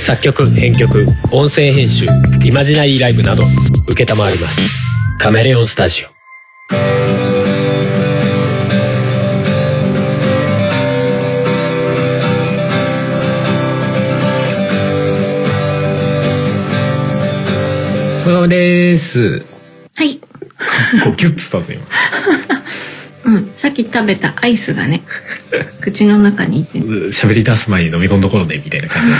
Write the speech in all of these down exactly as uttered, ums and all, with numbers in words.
作曲編曲音声編集イマジナリーライブなど承りますカメレオンスタジオ。お疲れ様です。 はい。 こうキュッとしたぞ今。 うん、さっき食べたアイスがね口の中にいて喋り出す前に飲み込んどころねみたいな感じです。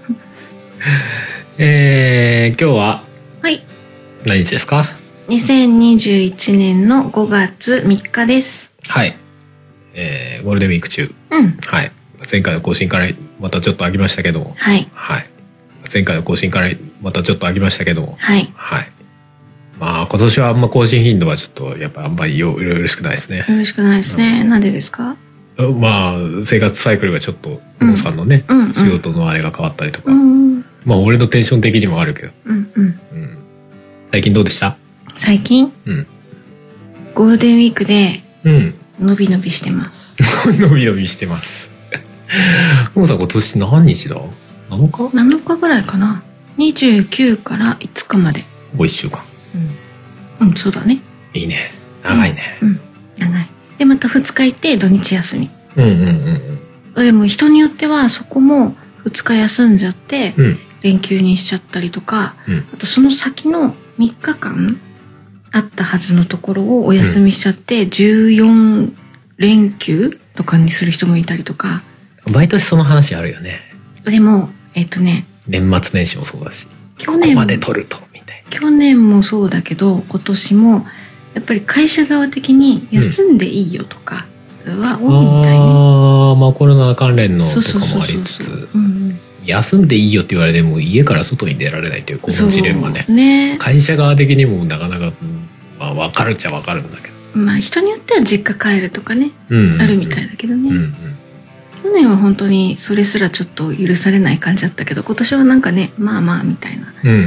えー、今日ははい何日ですか？ にせんにじゅういちねんのごがつみっかです。 はい、えー、ゴールデンウィーク中、 うん、 はい、前回の更新からまたちょっと空きましたけども、 はい、 はい、前回の更新からまたちょっと空きましたけども、 はい、 はい、まあ今年はあんま更新頻度はちょっとやっぱあんまりよよろしくないですね。 よろしくないですね。なんでですか？ まあ生活サイクルがちょっとモンさんのね、 うんうんうん、 仕事のあれが変わったりとか、 うん、 まあ俺のテンション的にもあるけど、 うんうんうん、最近どうでした？ 最近、うん、ゴールデンウィークで伸び伸びしてます。 伸び伸びしてます。モンさん今年何日だ？なのか？ なのかぐらいかな。にじゅうくからいつかまで。 おいっしゅうかん。 うん、うん、そうだね。 いいね。長いね。 うん、うん、長い。でまたふつか行って土日休み。 うんうんうんうん。 でも人によってはそこもふつか休んじゃって、うん、連休にしちゃったりとか、うん、あとその先のみっかかんあったはずのところをお休みしちゃって、うん、じゅうよんれんきゅうとかにする人もいたりとか。 毎年その話あるよね。 でもえっとね年末年始もそうだし、去年ここまで取るとみたいな。 去年もそうだけど今年もやっぱり会社側的に休んでいいよとかは多いみたいね。 うん、ああ、まあコロナ関連のとかもありつつ、休んでいいよって言われても家から外に出られないっていうこのジレンマね。 ね、 会社側的にもなかなか、まあ、分かるっちゃ分かるんだけど、 まあ人によっては実家帰るとかね、うんうんうん、あるみたいだけどね。うんうん、去年は本当にそれすらちょっと許されない感じだったけど、今年はなんかね、まあまあみたいな、うんうんうん、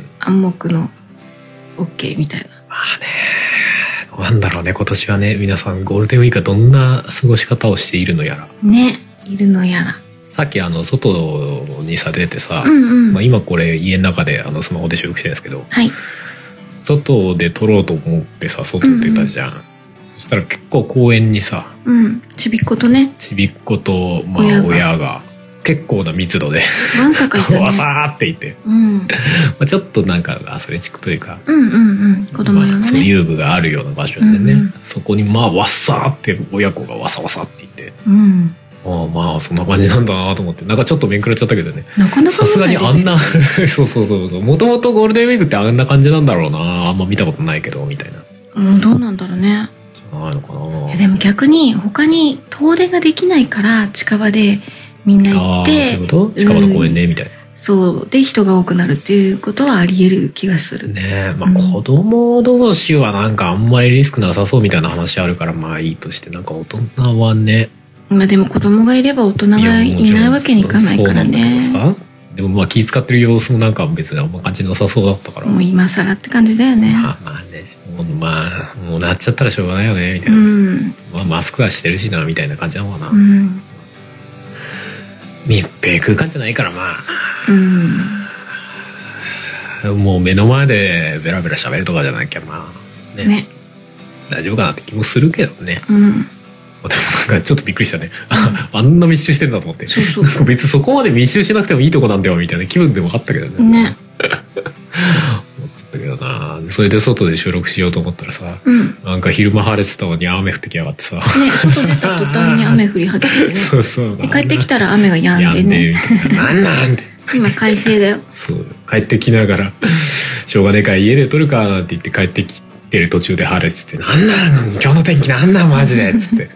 暗黙の OK みたいな。 まあね、どうなんだろうね今年はね。皆さんゴールデンウィークはどんな過ごし方をしているのやらね、いるのやら。 さっきあの外にさ出てさ、 うんうん、 まあ、今これ家の中であのスマホで収録してるんですけど、 はい、 外で撮ろうと思ってさ外出たじゃん、うんうん、そしたら結構公園にさ、 うん、ちびっ子とね、 ちびっ子と、まあ、親が、親が結構な密度でわんさかいたね。 わさーっていて、うん、まあちょっとなんかアスレチックというか、 うんうんうん、子供用のね、まあ、 そういう遊具があるような場所でね、うんうん、そこにまあわっさーって親子がわさわさっていて、うん、ああまあそんな感じなんだなと思って、なんかちょっと面食らっちゃったけどね。 なかなかさすがにあんなそうそうそうそう、もともとゴールデンウィークってあんな感じなんだろうな、あんま見たことないけどみたいな。 うん、どうなんだろうね。 じゃないのかな。 いやでも逆に他に遠出ができないから近場でみんな行って、 そういうこと？近場の公園ね、うん、みたいな。 そうで人が多くなるっていうことはあり得る気がするね。 え、まあ、子供同士はなんかあんまりリスクなさそうみたいな話あるからまあいいとして、なんか大人はね、 まあでも子供がいれば大人がいないわけにいかないからね。 そうなんだけどさ、でもまあ気遣ってる様子もなんか別にあんま感じなさそうだったから、 もう今更って感じだよね。 まあまあね、もうまあもうなっちゃったらしょうがないよねみたいな、うん、まあマスクはしてるしなみたいな感じなのかな、うん、密閉空間じゃないからまあ、うん、もう目の前でベラベラ喋るとかじゃなきゃまあ ね, ね大丈夫かなって気もするけどね、うん、でもなんかちょっとびっくりしたね、うん、あんな密集してんだと思って。そうそうそう、別にそこまで密集しなくてもいいとこなんだよみたいな気分でもあったけどね。ね思っちゃったけどな。それで外で収録しようと思ったらさ、うん、なんか昼間晴れてたのに雨降ってきやがってさ、ね、 外出た途端に雨降り始めてねそうそう、 で帰ってきたら雨が止んでね、 止んでみたいな、なんなんて今快晴だよ。 そう、帰ってきながらしょうがねえから家で撮るかなんて言って帰ってきてる途中で晴れてて、なんなん今日の天気なんなんマジでっつって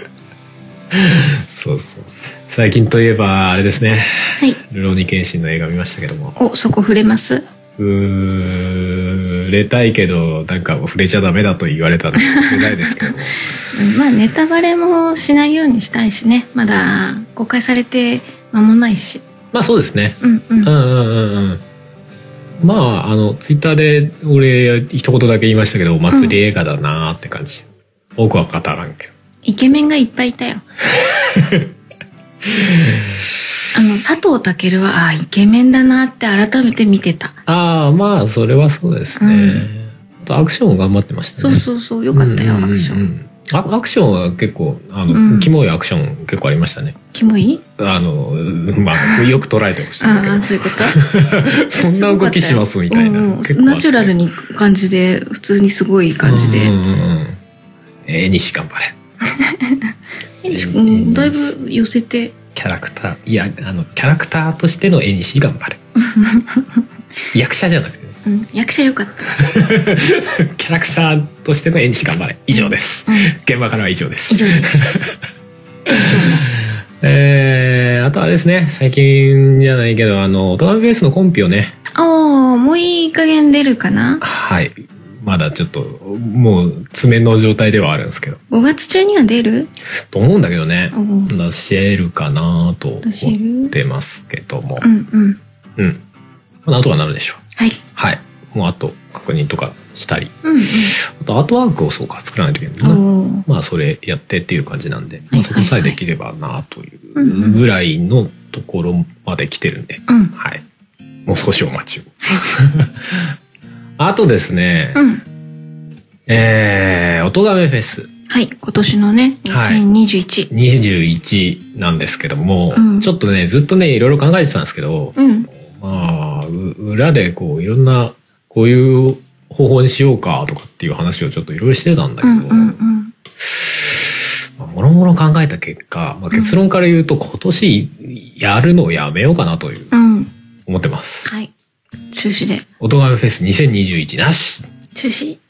そうそう、最近といえばあれですね、はい、ルローニケンシンの映画見ましたけども。 お、そこ触れます？ うー触れたいけどなんか触れちゃダメだと言われたので触れないですけどまあネタバレもしないようにしたいしね、まだ公開されて間もないし。 まあそうですね、 うんうん、うんうんうんうん、まああのツイッターで俺一言だけ言いましたけど、お祭り映画だなって感じ、うん、多くは語らんけどイケメンがいっぱいいたよあの佐藤健はあイケメンだなって改めて見てた。 ああ、まあそれはそうですね、うん、あとアクション頑張ってましたね。 そうそうそう、よかったよ、うんうんうん、アクション。 アクションは結構あの、うん、キモいアクション結構ありましたね。 キモい？ あのまあよく捉えてほしいんだけど。 ああ、そういうことそんな動きしますみたいな、うんうん、ナチュラルに感じで普通にすごい感じで、うんうん、 えー、西頑張れえー、うん、だいぶ寄せてキャラクター、いやあのキャラクターとしての絵西頑張れ役者じゃなくて、ね、 うん、役者よかったキャラクターとしての絵西頑張れ以上です、うん、現場からは以上です以上ですえー、あとはですね、最近じゃないけどあのトランフェイスのコンピをね、 おー、もういい加減出るかな。 はい、まだちょっともう爪の状態ではあるんですけど、 ごがつ中には出ると思うんだけどね、出せるかなと思ってますけども、 うんうんうん、あとはなるでしょう。 はいはい、もうあと確認とかしたり、 うんうん、 あとアートワークをそうか作らないといけないな、まあそれやってっていう感じなんで、まあ、そこさえできればなというぐらいのところまで来てるんで、 うん、 はい、もう少しお待ちをあとですね、 うん、 えー、音亀フェス、 はい、今年のねにせんにじゅういち、はい、 にじゅういちなんですけども、うん、ちょっとねずっとねいろいろ考えてたんですけど、 うん、 まあ裏でこういろんなこういう方法にしようかとかっていう話をちょっといろいろしてたんだけど、うんうんうん、まあ、もろもろ考えた結果、まあ、結論から言うと今年やるのをやめようかなという、うん、思ってます。 はい、中止で。 音亀フェスにせんにじゅういちなし。 中止。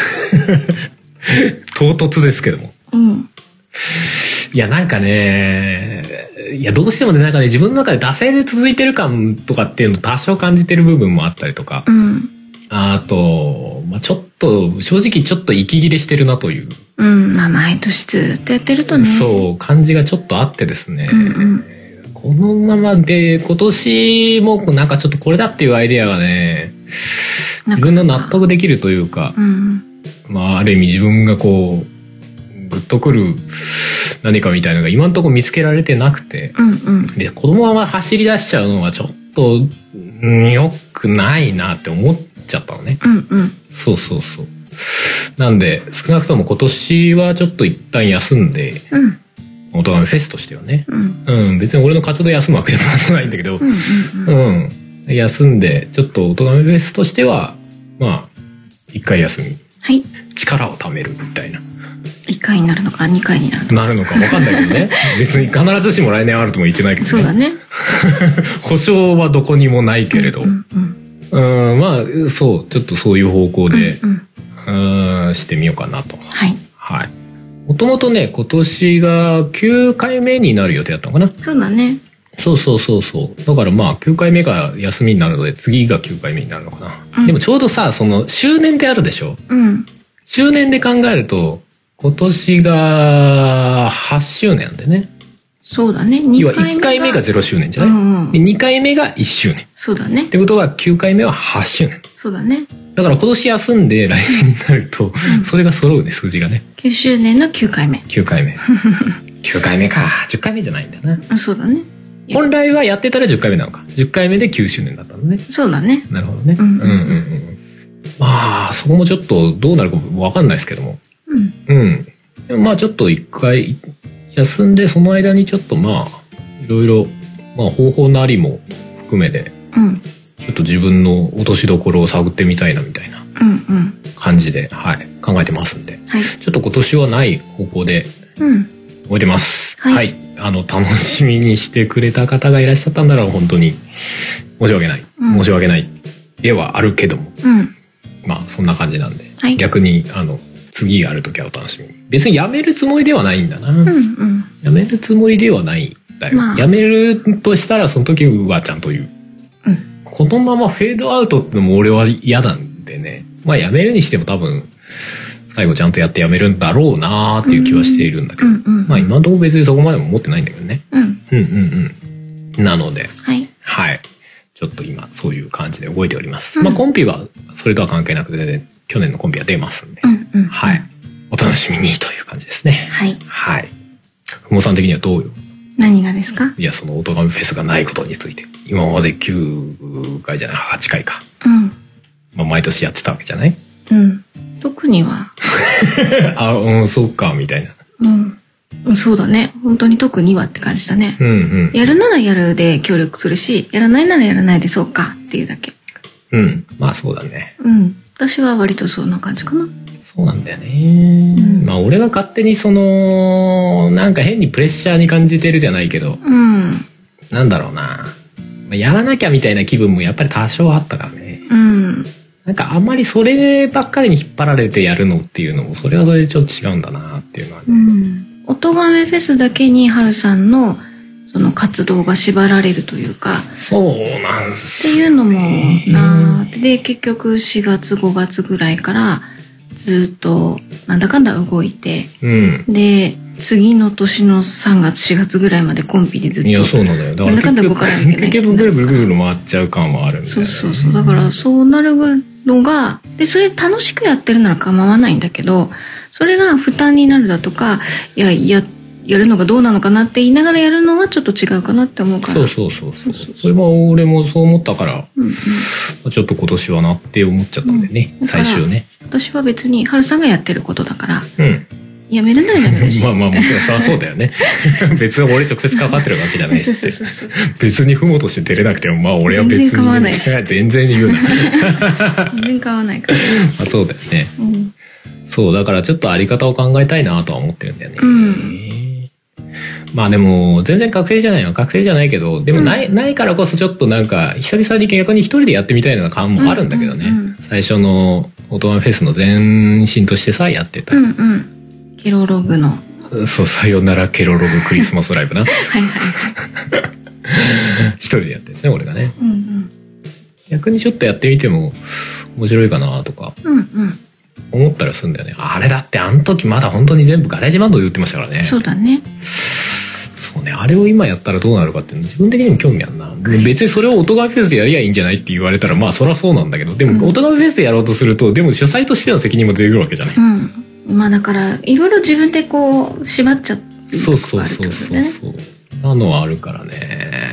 唐突ですけども。 うん。 いやなんかね、いやどうしてもねなんかね自分の中で惰性で続いてる感とかっていうの多少感じてる部分もあったりとか。 うん。 あと、まあ、ちょっと正直ちょっと息切れしてるなという、 うん、まあ毎年ずっとやってるとね、 そう感じがちょっとあってですね、 うんうん、 このままで今年もなんかちょっとこれだっていうアイデアがね自分の納得できるというか、 うん、 まあある意味自分がこうグッとくる何かみたいなのが今のところ見つけられてなくて、 うんうん、 でこのまま走り出しちゃうのはちょっと、うん、良くないなって思ってちゃったのね、 うんうん、 そうそうそう。なんで少なくとも今年はちょっと一旦休んで、 うん、 音亀フェスとしてはね、 うんうん、別に俺の活動休むわけでもないんだけど、 うんうんうんうん、休んでちょっと音亀フェスとしてはまあ一回休み、 はい、 力を貯めるみたいな。 いっかいになるのかにかいになるのかなるのか分かんないけどね別に必ずしも来年あるとも言ってないけどね。 そうだね保証はどこにもないけれど、 うんうんうん、まあそうちょっとそういう方向で、 うん、 うんしてみようかなと。 はいはい。もともとね今年がきゅうかいめになる予定だったのかな。 そうだね。 そうそうそうそうだからまあきゅうかいめが休みになるので次がきゅうかいめになるのかな、うん、でもちょうどさその周年ってあるでしょ、 うん、 周年で考えると今年がはっしゅうねんでね。 そうだね。 要はいっかいめがゼロしゅうねんじゃない、うんうん、でにかいめがいっしゅうねん。 そうだね。 ってことはきゅうかいめははっしゅうねん。 そうだね。 だから今年休んで来年になると、うん、それが揃うね数字がね。 きゅうしゅうねんのきゅうかいめ。 きゅうかいめ。きゅうかいめか。じゅっかいめじゃないんだな。 そうだね。 本来はやってたらじゅっかいめなのか。じゅっかいめできゅうしゅうねんだったのね。 そうだね。 なるほどね。 うんうんうん。うんうんうん、 まあそこもちょっとどうなるかわかんないですけども。 うん。 うん。でもまあちょっと一回休んでその間にちょっとまあいろいろまあ方法なりも含めて、 うん、 ちょっと自分の落としどころを探ってみたいなみたいな感じで、はい、考えてますんで、 はい、 ちょっと今年はない方向で置いてます、 うん、 はい、はい、あの楽しみにしてくれた方がいらっしゃったんなら本当に申し訳ない、うん、申し訳ないではあるけども、 うん、 まあそんな感じなんで、 はい、 逆にあの次やるときはお楽しみに。別にやめるつもりではないんだな、 うんうん、 やめるつもりではないんだよ、まあ、やめるとしたらその時はちゃんと言う、 うん、 このままフェードアウトってのも俺は嫌なんでね、まあやめるにしても多分最後ちゃんとやってやめるんだろうなーっていう気はしているんだけど、 うんうんうん、 まあ今のところ別にそこまでも思ってないんだけどね、 うん、 うんうんうんなので、 はい、 はい、ちょっと今そういう感じで動いております、うん、まあコンピはそれとは関係なくて、ね、去年のコンビは出ますんで、 うんうんうん、 はい、お楽しみにという感じですね。 はい。 はい。ふもさん的にはどうよ何がですか？ いや、その音亀フェスがないことについて。今まできゅうかいじゃない、はちかいか。 うん。 まあ、毎年やってたわけじゃない？ うん。特には。 あ、うん、そうか、みたいな。 うん。そうだね。本当に特にはって感じだね。 うんうん。 やるならやるで協力するし、やらないならやらないでそうかっていうだけ。 うん。まあそうだね。 うん。私は割とそんな感じかな。 そうなんだよね。うん、まあ俺が勝手にその、なんか変にプレッシャーに感じてるじゃないけど。 うん。 なんだろうな。やらなきゃみたいな気分もやっぱり多少あったからね。 うん。 なんかあんまりそればっかりに引っ張られてやるのっていうのもそれはそれでちょっと違うんだなっていうのはね。うん。 音亀フェスだけにハルさんのその活動が縛られるというか。 そうなんですよね。っていうのもなーで結局しがつごがつぐらいからずっとなんだかんだ動いて、 うん、 で次の年のさんがつしがつぐらいまでコンビでずっといやそうなんだよだからなんだかんだ動かなきゃいけない結局ぐるぐるぐるぐる回っちゃう感はあるんだよね。 そうそうそうだからそうなるのがでそれ楽しくやってるなら構わないんだけどそれが負担になるだとかいやややるのがどうなのかなって言いながらやるのはちょっと違うかなって思うからそうそうそうそうそれは俺もそう思ったから、うんうん、ちょっと今年はなって思っちゃったんだよね、うん、最終ね。 私は別にハルさんがやってることだから、 うん、 やめるならやめるしまあまあもちろんそりゃそうだよね別に俺直接関わってるわけじゃないしそうそうそうそう別にフモとして出れなくてもまあ俺は別に全然構わないし全然言うな全然構わないからまあそうだよね、うん、そうだからちょっとあり方を考えたいなとは思ってるんだよね、うんまあでも全然確定じゃないの確定じゃないけどでもない、うん、ないからこそちょっとなんか久々に逆に一人でやってみたいような感もあるんだけどね、うんうんうん、最初のオトマフェスの前身としてさやってた、 うんうん、ケロログのそうさよならケロログクリスマスライブなはいはい一人でやってるんですね俺がね、 うんうん、 逆にちょっとやってみても面白いかなとか、 うんうん思ったらするんだよね。あれだってあの時まだ本当に全部ガレージバンドで売ってましたからね。 そうだね。 そうね、あれを今やったらどうなるかっていうの自分的にも興味あるな。別にそれを音楽フェスでやりゃいいんじゃないって言われたらまあそりゃそうなんだけどでも音楽フェスでやろうとするとでも主催としての責任も出てくるわけじゃない。 うん、まあだからいろいろ自分でこう縛っちゃってるとこそうそうそうそうそうなのはあるからね。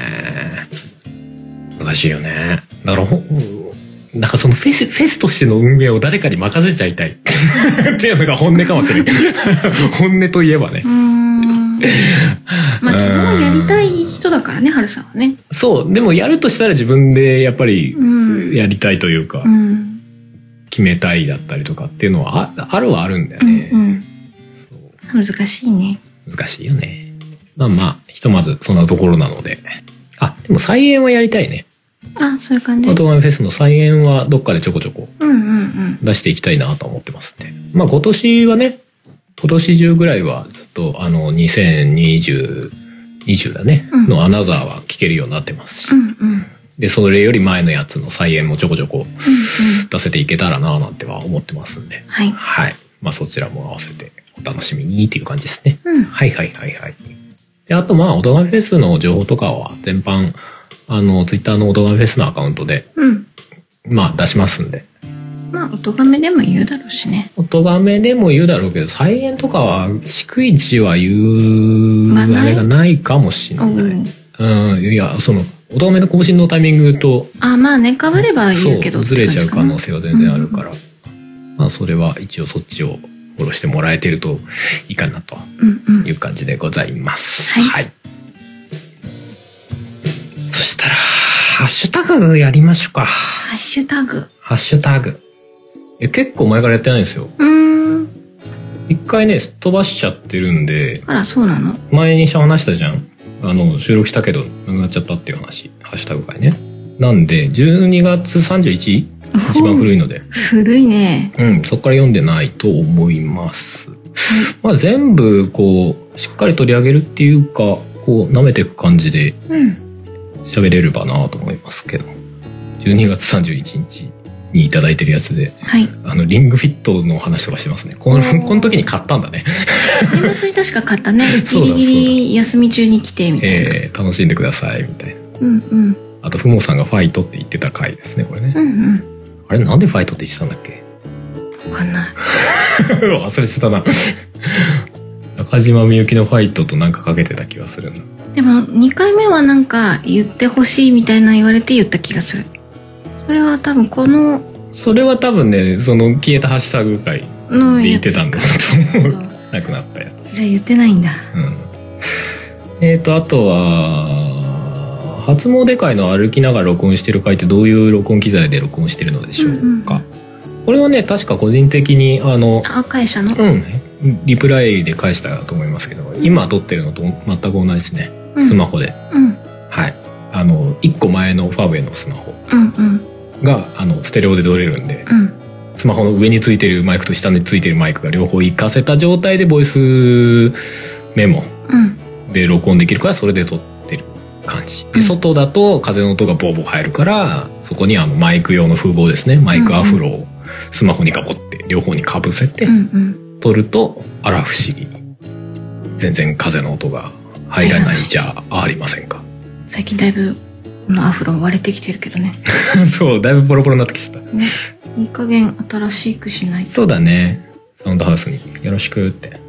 難しいよね。だからほなんかそのフェス、フェスとしての運営を誰かに任せちゃいたいっていうのが本音かもしれない本音といえばね。うーんまあ基本はやりたい人だからね、ハルさんはね。 そうでもやるとしたら自分でやっぱりやりたいというか、うん、決めたいだったりとかっていうのは あ, あるはあるんだよね、うんうん、 難しいね。 難しいよね。まあまあひとまずそんなところなのであでも再演はやりたいね。 あ、そういう感じ。 オトガメフェスの再演はどっかでちょこちょこ出していきたいなと思ってますんで、うんうんうん、まあ今年はね今年中ぐらいはずっとあのにせんにじゅう、にじゅうだね、うん、のアナザーは聴けるようになってますし、うんうん、でそれより前のやつの再演もちょこちょこ出せていけたらななんては思ってますんで、 はい、 はい、まあそちらも合わせてお楽しみにっていう感じですね、 うん、 はいはいはいはい。であとまあオトガメフェスの情報とかは全般あのツイッターのオトガメフェスのアカウントで、うん、まあ出しますんで。 まあオトガメでも言うだろうしね。 オトガメでも言うだろうけど再演とかは逐一は言う、まあ、あれがないかもしれない。うんいやそのオトガメの更新のタイミングとあまあねかぶれば言うけどずれちゃう可能性は全然あるから、うん、まあそれは一応そっちをフォローしてもらえてるといいかなという感じでございます。うんうん、はい。はいハッシュタグやりましょうか。 ハッシュタグ。 ハッシュタグ。え結構前からやってないんですよ。 うーん。 一回ね飛ばしちゃってるんで。 あらそうなの。 前に話したじゃん。あの収録したけどなくなっちゃったっていう話。ハッシュタグ会ね。なんでじゅうにがつさんじゅういち一番古いので。 古いね。 うんそこから読んでないと思います。はい、まあ全部こうしっかり取り上げるっていうかこう舐めていく感じで。うん。喋れればなと思いますけどじゅうにがつさんじゅういちにちにいただいてるやつで、 はい、 あのリングフィットの話とかしてますね。このこの時に買ったんだね年末に確か買ったねギリギリ休み中に来てみたいな、 えー、楽しんでくださいみたいな、 うんうん、 あとふもさんがファイトって言ってた回ですねこれね、 うんうん、 あれなんでファイトって言ってたんだっけわかんない忘れてたな中島みゆきのファイトとなんかかけてた気がするなでもにかいめはなんか言ってほしいみたいな言われて言った気がする。それは多分このそれは多分ね、その消えたハッシュタグ会で言ってたんだと思う。なくなったやつ。 じゃあ言ってないんだ。 うん。えーとあとは初詣会の歩きながら録音してる回ってどういう録音機材で録音してるのでしょうか。うんうん、これはね確か個人的にあのあ会社のうんリプライで返したと思いますけど、今撮ってるのと全く同じですね、うん、スマホで、うん、はいあのいっこまえのファーウェイのスマホが、うんうん、あのステレオで撮れるんで、うん、スマホの上についてるマイクと下についてるマイクが両方活かせた状態でボイスメモで録音できるから、それで撮ってる感じで、外だと風の音がボーボー入るから、そこにあのマイク用の風防ですね、マイクアフロをスマホにかぼって両方にかぶせて撮ると、あら不思議、全然風の音が入らないじゃありませんか。 最近だいぶこのアフロ割れてきてるけどねそうだいぶボロボロになってきてた、ね、 いい加減新しくしないと。 そうだね、サウンドハウスによろしくって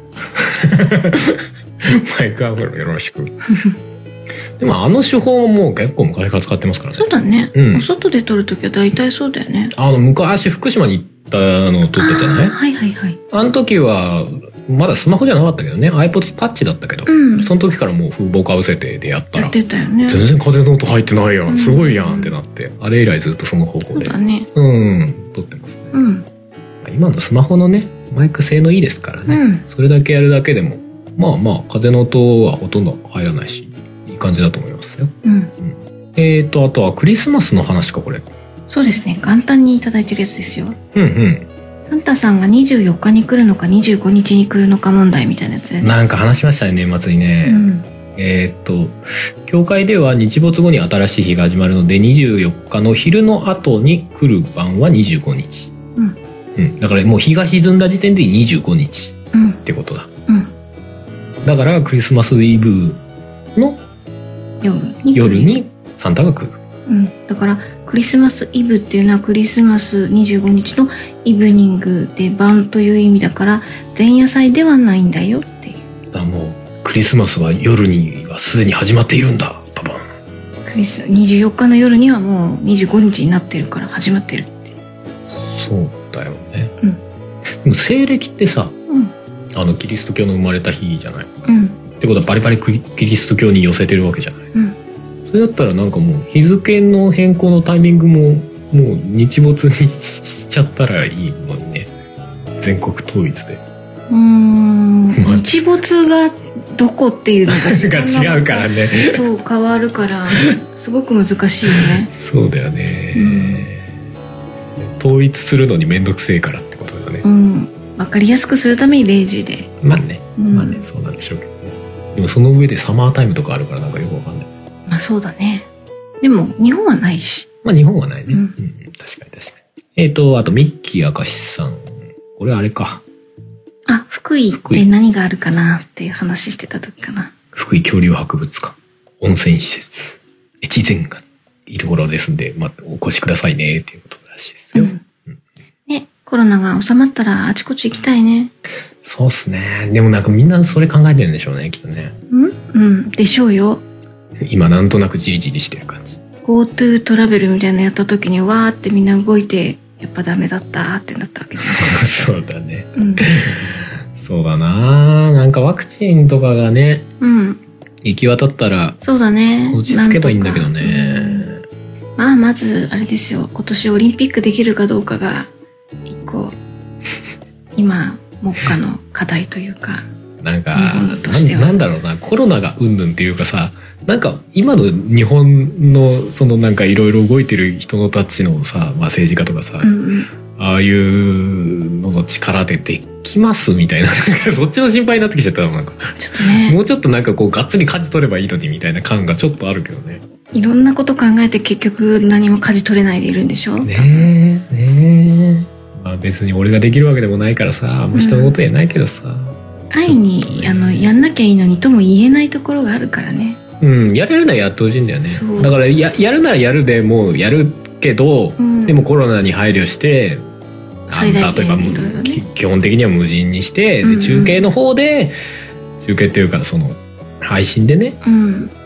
マイクアフロよろしくでもあの手法ももう結構昔から使ってますからね。 そうだね、うん、お外で撮るときは大体そうだよね。 あの昔福島に行ったのを撮ったじゃない。 はいはいはい。 あの時はまだスマホじゃなかったけどね、 iPod タッチだったけど、うん、その時からもう風防かぶせてでやったらやってたよね。 全然風の音入ってないやん、うん、すごいやんってなって、あれ以来ずっとその方法でそうだね、うん撮ってますね、うん、今のスマホのねマイク性能いいですからね、うん、それだけやるだけでもまあまあ風の音はほとんど入らないしいい感じだと思いますよ、うんうん、えーとあとはクリスマスの話かこれ。 そうですね、簡単にいただいてるやつですよ。 うんうん。 サンタさんがにじゅうよっかに来るのかにじゅうごにちに来るのか問題みたいなやつだよね。 なんか話しましたね年末にね、うん、えー、っと教会では日没後に新しい日が始まるのでにじゅうよっかの昼の後に来る晩はにじゅうごにち、うんうん、だからもう日が沈んだ時点でにじゅうごにちってことだ、うんうん、だからクリスマスイブの夜に夜にサンタが来る、 うん、だからクリスマスイブっていうのはクリスマスにじゅうごにちのイブニングで晩という意味だから、前夜祭ではないんだよっていう。 だもうクリスマスは夜にはすでに始まっているんだパパン。 クリスにじゅうよっかの夜にはもうにじゅうごにちになってるから始まってるって。 そうだよね、うん、でも西暦ってさ、うん、あのキリスト教の生まれた日じゃない、うん、ってことはバリバリキリスト教に寄せてるわけじゃない、うん、それだったらなんかもう日付の変更のタイミングももう日没にしちゃったらいいのにね、全国統一で。うーん日没がどこっていうのが違うからねそう変わるからすごく難しいよねそうだよね、うん、統一するのにめんどくせえからってことだよね、うん、 分かりやすくするためにれいじでまあね、うん、まあねそうなんでしょうけどね。でもその上でサマータイムとかあるからなんかよくわかんない。 まあそうだね。でも日本はないし。 まあ日本はないね。うん、うん、確かに確かに。えっとあとミッキー明石さん、これあれか。 あ、福井って何があるかなっていう話してた時かな。 福井恐竜博物館、温泉施設、越前がいいところですんで、まあお越しくださいねっていうことらしいですよ。うんうん、 ね、コロナが収まったらあちこち行きたいね。 そうっすね。でもなんかみんなそれ考えてるんでしょうね、きっとね。 うんうんでしょうよ。 今なんとなくじりじりしてる感じ。 GoTo トラベルみたいなのやった時にわーってみんな動いてやっぱダメだったってなったわけじゃんそうだね、うん、そうだな。なんかワクチンとかがね、うん、行き渡ったらそうだね落ち着けばいいんだけどね、うん、 まあまずあれですよ、今年オリンピックできるかどうかが一個今目下の課題というか、 なんか な, なんだろうな、コロナがうんぬんっていうかさ、なんか今の日本のそのなんかいろいろ動いてる人のたちのさ、まあ、政治家とかさ、うんうん、ああいうのの力でできますみたいなそっちの心配になってきちゃったの。なんかちょっとね、 もうちょっとなんかこうがっつり舵取ればいいのにみたいな感がちょっとあるけどね。 いろんなこと考えて結局何も舵取れないでいるんでしょ。 ねえねえ、まあ、別に俺ができるわけでもないからさ、あんま人のこと言えないけどさ、うん、 愛に、ね、あのやんなきゃいいのにとも言えないところがあるからね。うん、 やれるならやってほしいんだよね。だから や, やるならやるでもうやるけど、うん、でもコロナに配慮して例えば、ね、基本的には無人にして、うんうん、で中継の方で中継っていうかその配信でね、うん、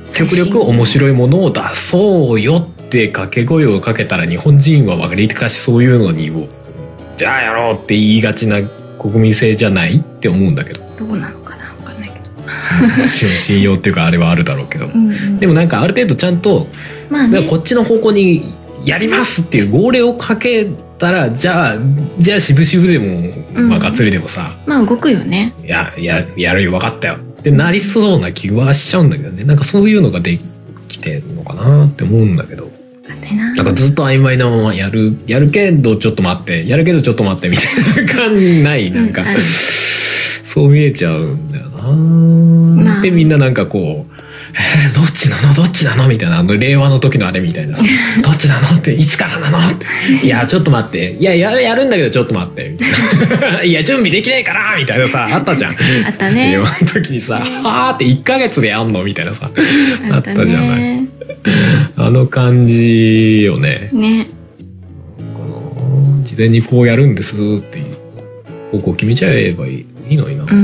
極力面白いものを出そうよって掛け声をかけたら、日本人はわりかしそういうのにじゃあやろうって言いがちな国民性じゃないって思うんだけど、 どうなのかな、分かんないけど信用っていうかあれはあるだろうけど、 うんうん、 でもなんかある程度ちゃんと、まあね、こっちの方向にやりますっていう号令をかけたら、じゃあじゃあ渋々でも、まあがっつりでもさ、 うん、まあ動くよね。 やややるよ、分かったよってなりそうな気はしちゃうんだけどね。なんかそういうのができてるのかなって思うんだけど、なんかずっと曖昧なままやるやるけどちょっと待ってやるけどちょっと待ってみたいな感じない、なんか、うん、そう見えちゃうんだよな、まあ、でみんななんかこう、えー、どっちなのどっちなのみたいな、あの令和の時のあれみたいなどっちなのっていつからなのっていやちょっと待っていややるやるんだけどちょっと待ってみたいないや準備できないからみたいなさあったじゃん。 あったね。 令和の時にさ、はーっていっかげつでやんのみたいなさあったじゃない。あの感じよね。 ね。 この事前にこうやるんですっていう方向決めちゃえばいいのにな。うん、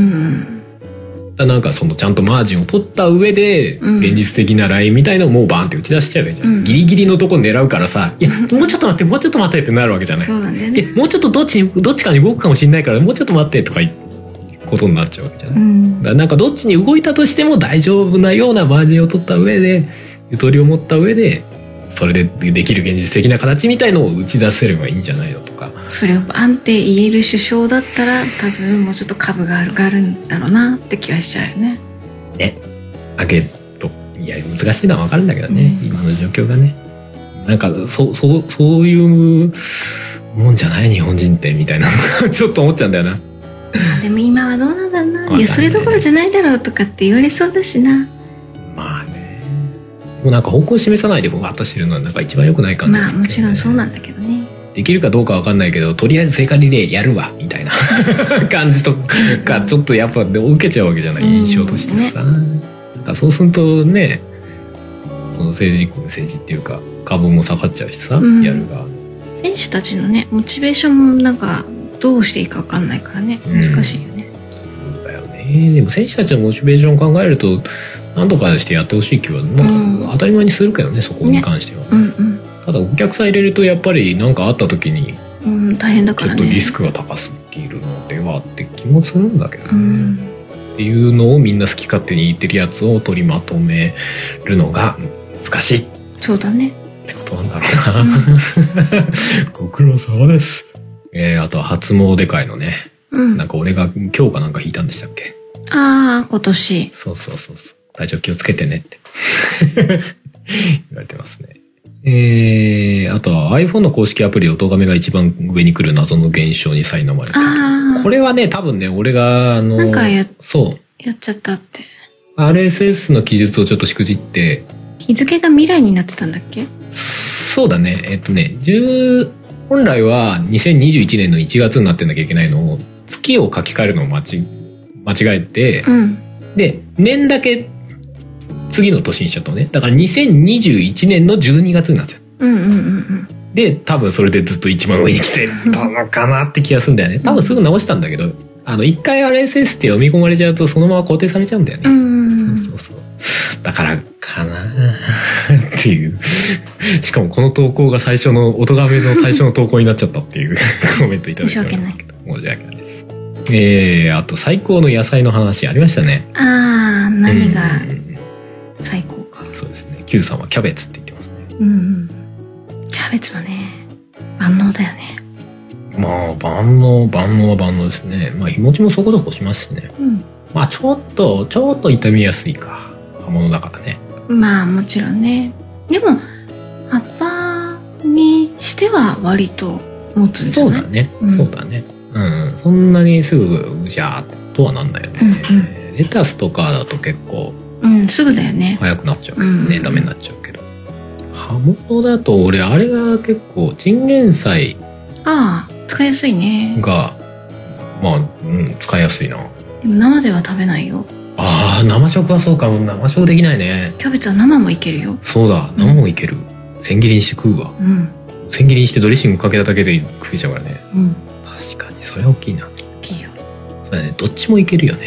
だなんかそのちゃんとマージンを取った上で、うん、現実的なラインみたいのをもうバーンって打ち出しちゃえばいいじゃん。うん、ギリギリのとこ狙うからさ、いやもうちょっと待ってもうちょっと待ってってなるわけじゃない。 そうなんだよね。 えもうちょっとどっちにどっちかに動くかもしれないからもうちょっと待ってとか言うことになっちゃうわけじゃない。うん、だからなんかどっちに動いたとしても大丈夫なようなマージンを取った上で、ゆとりを持った上でそれでできる現実的な形みたいのを打ち出せればいいんじゃないのとか。それをバンって言える首相だったら多分もうちょっと株があるがあるんだろうなって気がしちゃうよね。 ね。だけどいや難しいのは分かるんだけどね、うん、今の状況がね。なんかそそうそういうもんじゃない日本人ってみたいなちょっと思っちゃうんだよな。 でも今はどうなんだろうな、ね、いやそれどころじゃないだろうとかって言われそうだしな。 まあね。もうなんか方向を示さないでふわっとしてるのはなんか一番良くない感じですけどね。 まあもちろんそうなんだけどね。 できるかどうかわかんないけどとりあえず聖火リレーやるわみたいな感じとかちょっとやっぱ受けちゃうわけじゃない、印象としてさ、うんね、なんかそうするとね、その政治政治っていうか株も下がっちゃうしさ、うん、やるが選手たちのねモチベーションもなんかどうしていいかわかんないからね、難しいよね、 うん、そうだよね。でも選手たちのモチベーションを考えると何とかしてやってほしい気は、まあ、当たり前にするけどね、そこに関しては、ね、うんうん、ただお客さん入れるとやっぱり何かあった時に、 うん、大変だからね、 ちょっとリスクが高すぎるのではって気もするんだけどね、うん、っていうのをみんな好き勝手に言ってるやつを取りまとめるのが難しい。 そうだねってことなんだろうな、うん、ご苦労様です。えー、あとは初詣会のね、うん、なんか俺が今日かなんか引いたんでしたっけ。 ああ今年。 そうそうそうそう、体調気をつけてねって言われてますね。えー、あとは iPhone の公式アプリ音亀が一番上に来る謎の現象に苛まれてる。これはね多分ね俺があのなんかやそうやっちゃったってアールエスエス の記述をちょっとしくじって、 日付が未来になってたんだっけ。 そうだね、えっとねじゅう本来はにせんにじゅういちねんのいちがつになってなきゃいけないのを月を書き換えるのを間違間違えて、うん、で年だけ次の年にしちゃったのね。だからにせんにじゅういちねんのじゅうにがつになっちゃう。うんうんうんうん。で多分それでずっと一番上に来てたのかなって気がするんだよね。多分すぐ直したんだけど、あの一回 アールエスエス って読み込まれちゃうとそのまま固定されちゃうんだよね。うんそうそうそう。だからかなっていう。しかもこの投稿が最初の音亀の最初の投稿になっちゃったっていうコメントいただいてますけど、申し訳ないです。えー、あと最高の野菜の話ありましたね。 ああ何が最高か。 そうですね。Q さんはキャベツって言ってますね。 うん。キャベツはね万能だよね。 まあ万能万能は万能ですね。まあ日持ちもそこそこしますしね。うん。まあちょっとちょっと傷みやすいか葉物だからね。 まあもちろんね。でも葉っぱにしては割と持つんじゃない？ そうだね。うん、そうだね。うん。そんなにすぐじゃーとはなんだよね。うんうん、レタスとかだと結構。 うん、すぐだよね。 早くなっちゃうけどね、うん、ダメになっちゃうけど。葉物だと俺あれが結構チンゲン菜。 ああ、使いやすいね。 がまあ、うん、使いやすいな。 でも生では食べないよ。 ああ、生食はそうか。生食できないね。 キャベツは生もいけるよ。 そうだ、生もいける。うん、千切りにして食うわ。うん。千切りにしてドレッシングかけただけで食えちゃうからね。うん。確かにそれ大きいな。 大きいよ。 そうだね、どっちもいけるよね。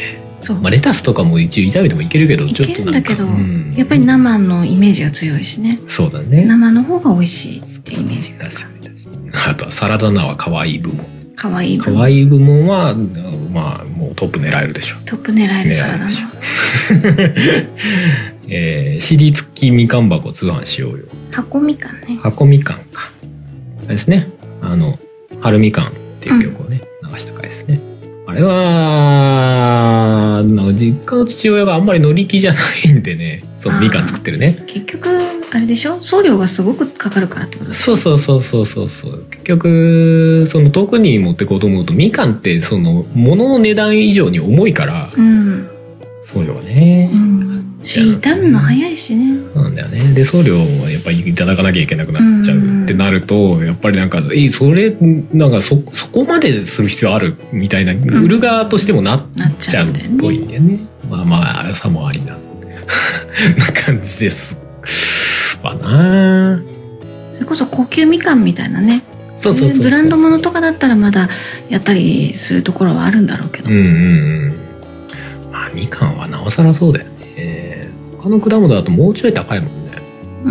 まあ、レタスとかも一応炒めてもいけるけど、ちょっとなんかいけるんだけど、 うん、やっぱり生のイメージが強いしね。 そうだね。 生の方が美味しいってイメージがある。 確かに確かに。あとはサラダ菜は可愛い部門。 可愛い部門。 可愛い部門はまあもうトップ狙えるでしょ。 トップ狙えるサラダ菜。 えー、シーディー 付きみかん箱通販しようよ。 箱みかんね。 箱みかんか。あれですね。あの春みかんっていう曲をね、うん、流した回ですね。あれは実家の父親があんまり乗り気じゃないんでね、そのみかん作ってるね。 結局あれでしょ、送料がすごくかかるからってことですか。 そうそうそうそうそう。結局その遠くに持ってこうと思うとみかんってその物の値段以上に重いから、うん、送料はね。うん、 し傷むの早いしね。 なんだよね。で送料はやっぱりいただかなきゃいけなくなっちゃうってなると、やっぱりなんかえそれなんかそそこまでする必要あるみたいな、うん、売る側としてもなっちゃうっぽいんだよね。まあまあさもありなな感じですわな。 それこそ高級みかんみたいなね。 そうそうそうそう。 ブランド物とかだったらまだやったりするところはあるんだろうけど。 うんうんうん。まあみかんはなおさらそうだよね。他の果物だともうちょい高いもんね。うん。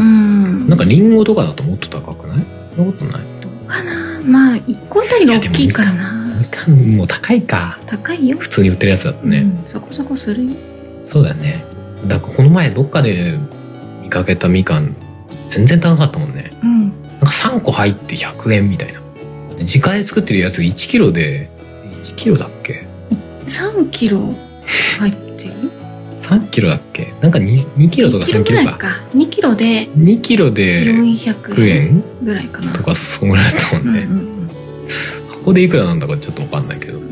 なんかリンゴとかだともっと高くない？そんなことない？ どうかな。まあ一個あたりが大きいからな。 みかんも高いか。 高いよ。 普通に売ってるやつだとね。 うん、そこそこするよ。そうだよね。だからこの前どっかで見かけたみかん全然高かったもんね。うん。なんかさんこ入ってひゃくえんみたいな。自家で作ってるやついちキロでいちキロだっけ？ さんキロ入ってる？ さんキロだっけ？なんか 2, 2キロとかさんキロか。にキロぐらいか。 にキロでにキロでよんひゃくえんぐらいかな。 とかそんぐらいだったもんね。うんうんうん、箱でいくらなんだかちょっとわかんないけど。うん。うん、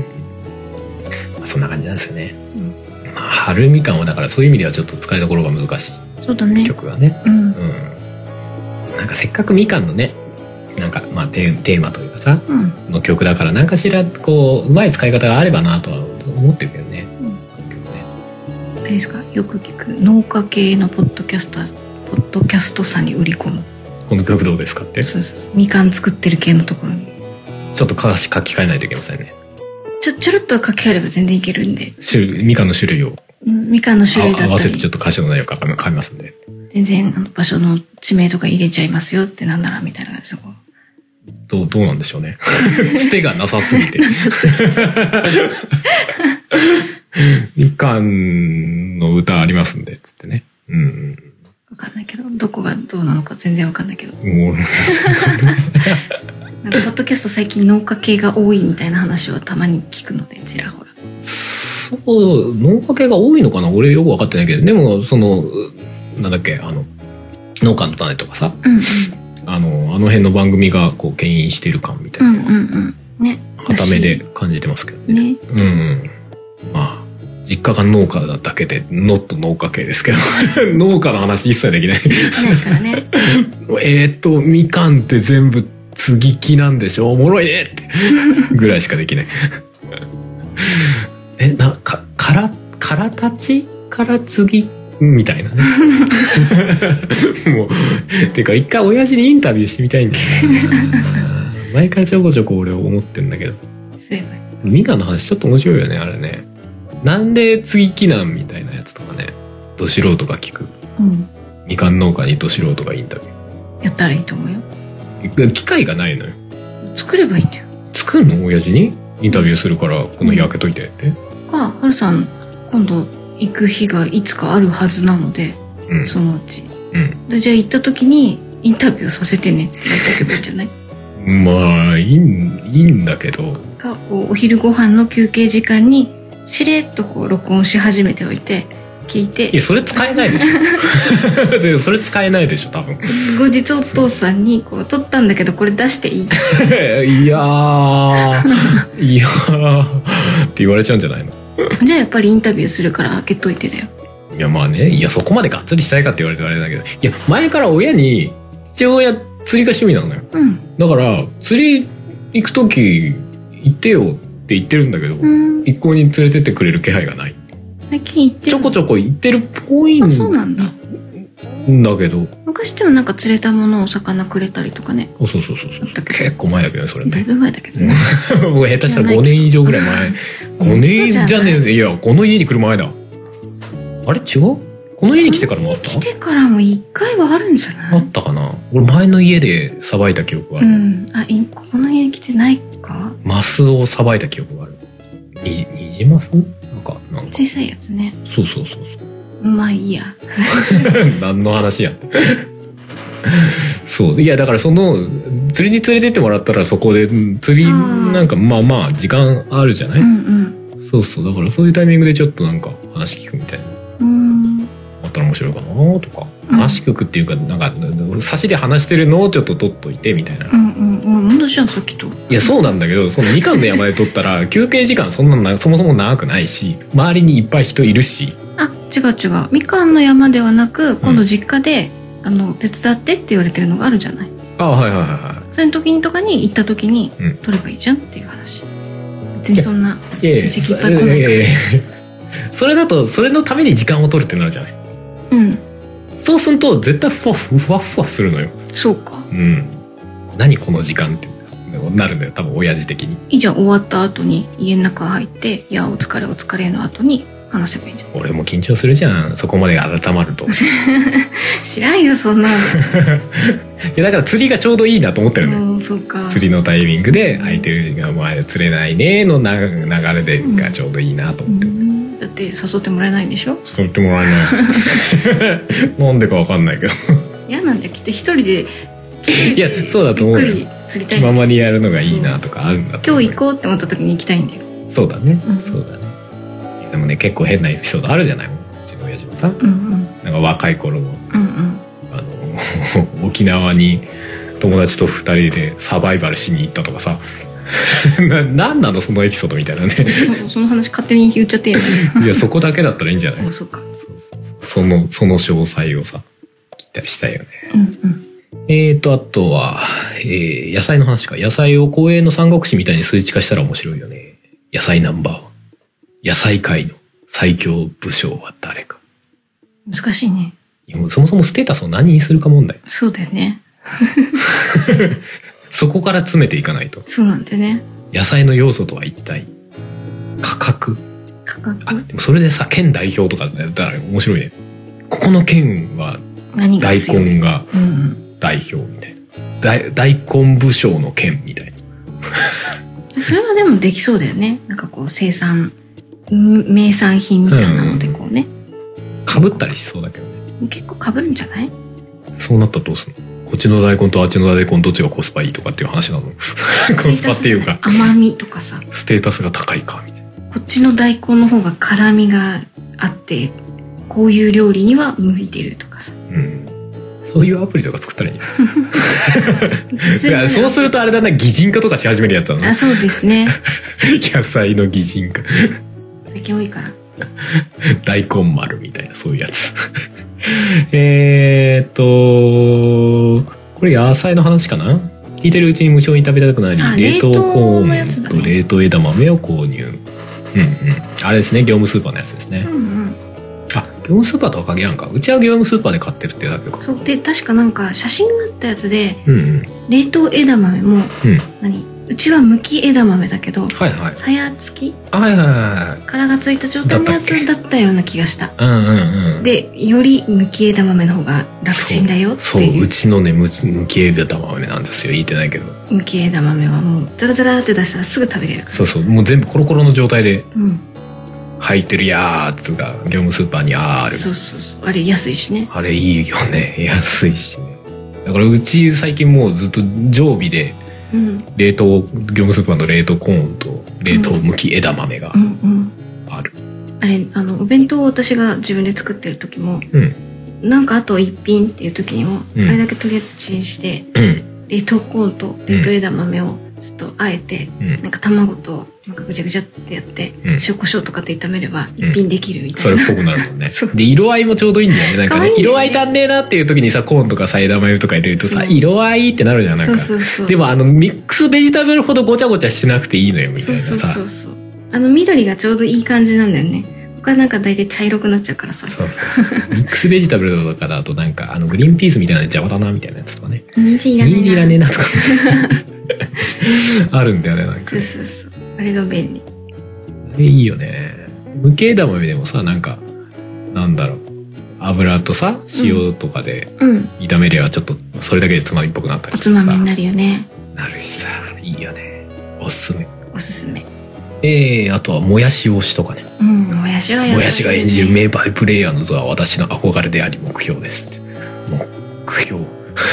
まあ、そんな感じなんですよね。うん、まあ春みかんはだからそういう意味ではちょっと使いどころが難しい。 そうだね。 曲がね。うん。うん、なんかせっかくみかんのね。なんかまあテーマというかさ、うん、の曲だから何かしらこううまい使い方があればなとは思ってるけどね。うん、 あれですか、よく聞く農家系のポッドキャストポッドキャストさんに売り込む。 この曲どうですかって。 そうそうそう。みかん作ってる系のところに。 ちょっと歌詞書き換えないといけませんね。 ちょちょろっと書き換えれば全然いけるんで。 みかんの種類を。 みかんの種類だったり。 合わせてちょっと歌詞の内容変えますんで。 全然あの場所の地名とか入れちゃいますよってなんならみたいな感じの。 どう、どうなんでしょうね。つてがなさすぎて。みかんの歌ありますんで、つってね。うん。 わかんないけど、どこがどうなのか全然わかんないけど。もうなんかポッドキャスト最近農家系が多いみたいな話をたまに聞くので、ちらほら。 そう、農家系が多いのかな？俺よくわかってないけど、でも、その、なんだっけ、あの、農家の種とかさ。うんうん、あの、あの辺の番組がこう牽引してる感みたいな。うんうんうん。ね。固めで感じてますけどね。ね。うん。まあ、実家が農家だだけで、ノット農家系ですけど、農家の話一切できない。 ないからね。 えっと、みかんって全部接ぎ木なんでしょ？おもろいねってぐらいしかできない。え、な、か、から、から立ちから継ぎみたいなね。もう、てか一回親父にインタビューしてみたいんだよな。前からちょこちょこ俺思ってんだけど。みかんの話ちょっと面白いよね、あれね。なんで継ぎ木なんみたいなやつとかね。ど素人が聞く。うん。みかん農家にど素人がインタビュー。やったらいいと思うよ。 機会がないのよ。 作ればいいんだよ。 作るの？親父にインタビューするからこの日開けといてって。うん、 か、はるさん今度行く日がいつかあるはずなので、うん、そのうち。うん。でじゃあ行った時にインタビューさせてねって言っておけばいいんじゃない？ まあいいんいいんだけど。 かこうお昼ご飯の休憩時間にしれっとこう録音し始めておいて。聞いて、 いやそれ使えないでしょ。でそれ使えないでしょ多分。 後日お父さんにこう撮ったんだけどこれ出していい？ いやーいやーって言われちゃうんじゃないの？ じゃあやっぱりインタビューするから開けといてだよ。 いやまあね、いやそこまでがっつりしたいかって言われてあれだけど、いや前から親に父親釣りが趣味なのよ。うん、だから釣り行く時行ってよって言ってるんだけど、うん、一向に連れてってくれる気配がない。 最近行ってる？ ちょこちょこ行ってるっぽいんだ。 あ、そうなんだ。 だけど昔でもなんか釣れたものを魚くれたりとかね。 そうそうそうそう結構前だけどねそれね。 だいぶ前だけどね。 僕下手したらごねん以上ぐらい前。ごねんじゃねえ。いやこの家に来る前だ。あれ違う？この家に来てからもあった？ 来てからもいっかいはあるんじゃない？ あったかな。俺前の家でさばいた記憶がある。うん。 あ、ここの家に来てないか？ マスをさばいた記憶がある。にじ、にじマス？なんかなんか小さいやつね。 そうそうそうそう。 まあいいや。 何の話や。そういやだからその釣りに連れてってもらったらそこで釣りなんかまあまあ時間あるじゃない、うんうん、そうそうだからそういうタイミングでちょっとなんか話聞くみたいな、うん、あったら面白いかなとか、うん、話聞くっていうかなんか差しで話してるのをちょっと取っといてみたいな。うんうんうん。同じじゃんさっきと。 いやそうなんだけどそのみかんの山で取ったら休憩時間そんななそもそも長くないし周りにいっぱい人いるし。 あ違う違うみかんの山ではなく今度実家で、うん、あの手伝ってって言われてるのがあるじゃない。 あはいはいはい。 その時にとかに行った時に取ればいいじゃんっていう話。別にそんな親戚いっぱい来ないから。いやいやいやそれだとそれのために時間を取るってなるじゃない。うん。そうすると絶対ふわふわふわするのよ。 そうか。 うん。何この時間ってなるのよ多分親父的に。 いいじゃん終わった後に家の中入っていやお疲れお疲れの後に。話せばいいんじゃん。 俺も緊張するじゃんそこまで温まると。 知らんよそんなの。いやだから釣りがちょうどいいなと思ってるね。 うんそうか。 釣りのタイミングで空いてる時間前釣れないねのな流れでがちょうどいいなと思って、うん、 だって誘ってもらえないんでしょ。 誘ってもらえないなんでかわかんないけど嫌なんだよきっと一人でいやそうだと思うよ。 ゆっくり釣りたい気ままにやるのがいいなとかあるんだと思う。今日行こうって思った時に行きたいんだよ。 そうだね、うん、そうだね。でもね結構変なエピソードあるじゃない。うちの親父もさ、うんうん、なんか若い頃、うんうん、あの沖縄に友達とふたりでサバイバルしに行ったとかさな, なんなのそのエピソードみたいなね。 そ, その話勝手に言っちゃっていいのいやそこだけだったらいいんじゃない。 そうか。そうそうそのその詳細をさ聞いたりしたいよね、うんうん、えーとあとは、えー、野菜の話か。野菜を公園の三国志みたいに数値化したら面白いよね。野菜ナンバーワン野菜界の最強武将は誰か。 難しいね。 そもそもステータスを何にするか問題。 そうだよね。 そこから詰めていかないと。 そうなんだよね。 野菜の要素とは一体価格。 価格。 あでもそれでさ県代表とかだったら面白いね。ここの県は大根が代表みたいな。大, 大根武将の県みたいな。 それはでもできそうだよね。なんかこう生産名産品みたいなのでこうね、 かぶったりしそうだけどね。 結構かぶるんじゃない？ そうなったらどうするの？こっちの大根とあっちの大根どっちがコスパいいとかっていう話なの？コスパっていうか甘みとかさステータスが高いかみたいな。 こっちの大根の方が辛みがあってこういう料理には向いてるとかさ、うん、 そういうアプリとか作ったらいいね。そうするとあれだな擬人化とかし始めるやつだな。 あそうですね。 野菜の擬人化最近多いから大根丸みたいなそういうやつ。えっとこれ野菜の話かな。聞いてるうちに無性に食べたくなり冷凍コーンと冷凍枝豆を購入。うんうんあれですね業務スーパーのやつですね。うんうんあ業務スーパーとは限らんか。うちは業務スーパーで買ってるっていうだけか。 そうで確かなんか写真があったやつで、うんうん、冷凍枝豆も、うん、何うちは剥き枝豆だけど、はいはい、さや付き、はいはいはい、殻がついた状態のやつだったような気がした。うんうんうん、でより剥き枝豆の方が楽ちんだよっていう。 そう、そううちのね剥き枝豆なんですよ。言ってないけど剥き枝豆はもうザラザラって出したらすぐ食べれるから。 そうそうもう全部コロコロの状態で、うん入ってるやつが業務スーパーにある。 そうそうそうあれ安いしね。 あれいいよね安いしね。だからうち最近もうずっと常備で、うん、冷凍業務スーパーの冷凍コーンと冷凍むき枝豆がある、うんうんうん、あれあのお弁当を私が自分で作ってる時も、うん、なんかあと一品っていう時にも、うん、あれだけとりあえずチンして、うん、冷凍コーンと冷凍枝豆をちょっとあえて、うん、なんか卵となんかぐちゃぐちゃってやって、うん、塩コショウとかで炒めれば一品できるみたいな、うん、それっぽくなるもんね。で色合いもちょうどいいんだよね。なんかね色合い足んねえなっていう時にさコーンとかさ枝豆とか入れるとさ色合いってなるじゃん。なんかそうそうそうでもあのミックスベジタブルほどごちゃごちゃしてなくていいのよみたいなさ。そうそうそうそうあの緑がちょうどいい感じなんだよね。 他なんか大体茶色くなっちゃうからさ。 そうそうそうミックスベジタブルとかだとなんかあのグリーンピースみたいなの邪魔だなみたいなやつとかね。 人参いらねえな。 人参いらねえなとかあるんだよね、なんか、ね。 そうそうそう。あれが便利。 あれいいよね。無形枝豆でもさ、なんかなんだろう、油とさ塩とかで炒めりゃちょっとそれだけでつまみっぽくなったりしてさ、 おつまみになるよね。 なるしさ、いいよね。おすすめ。 おすすめ。 えー、あとはもやし推しとかね。 うん、もやしはや、ね、 もやしが演じる名バイプレイヤーの像は私の憧れであり目標です。目標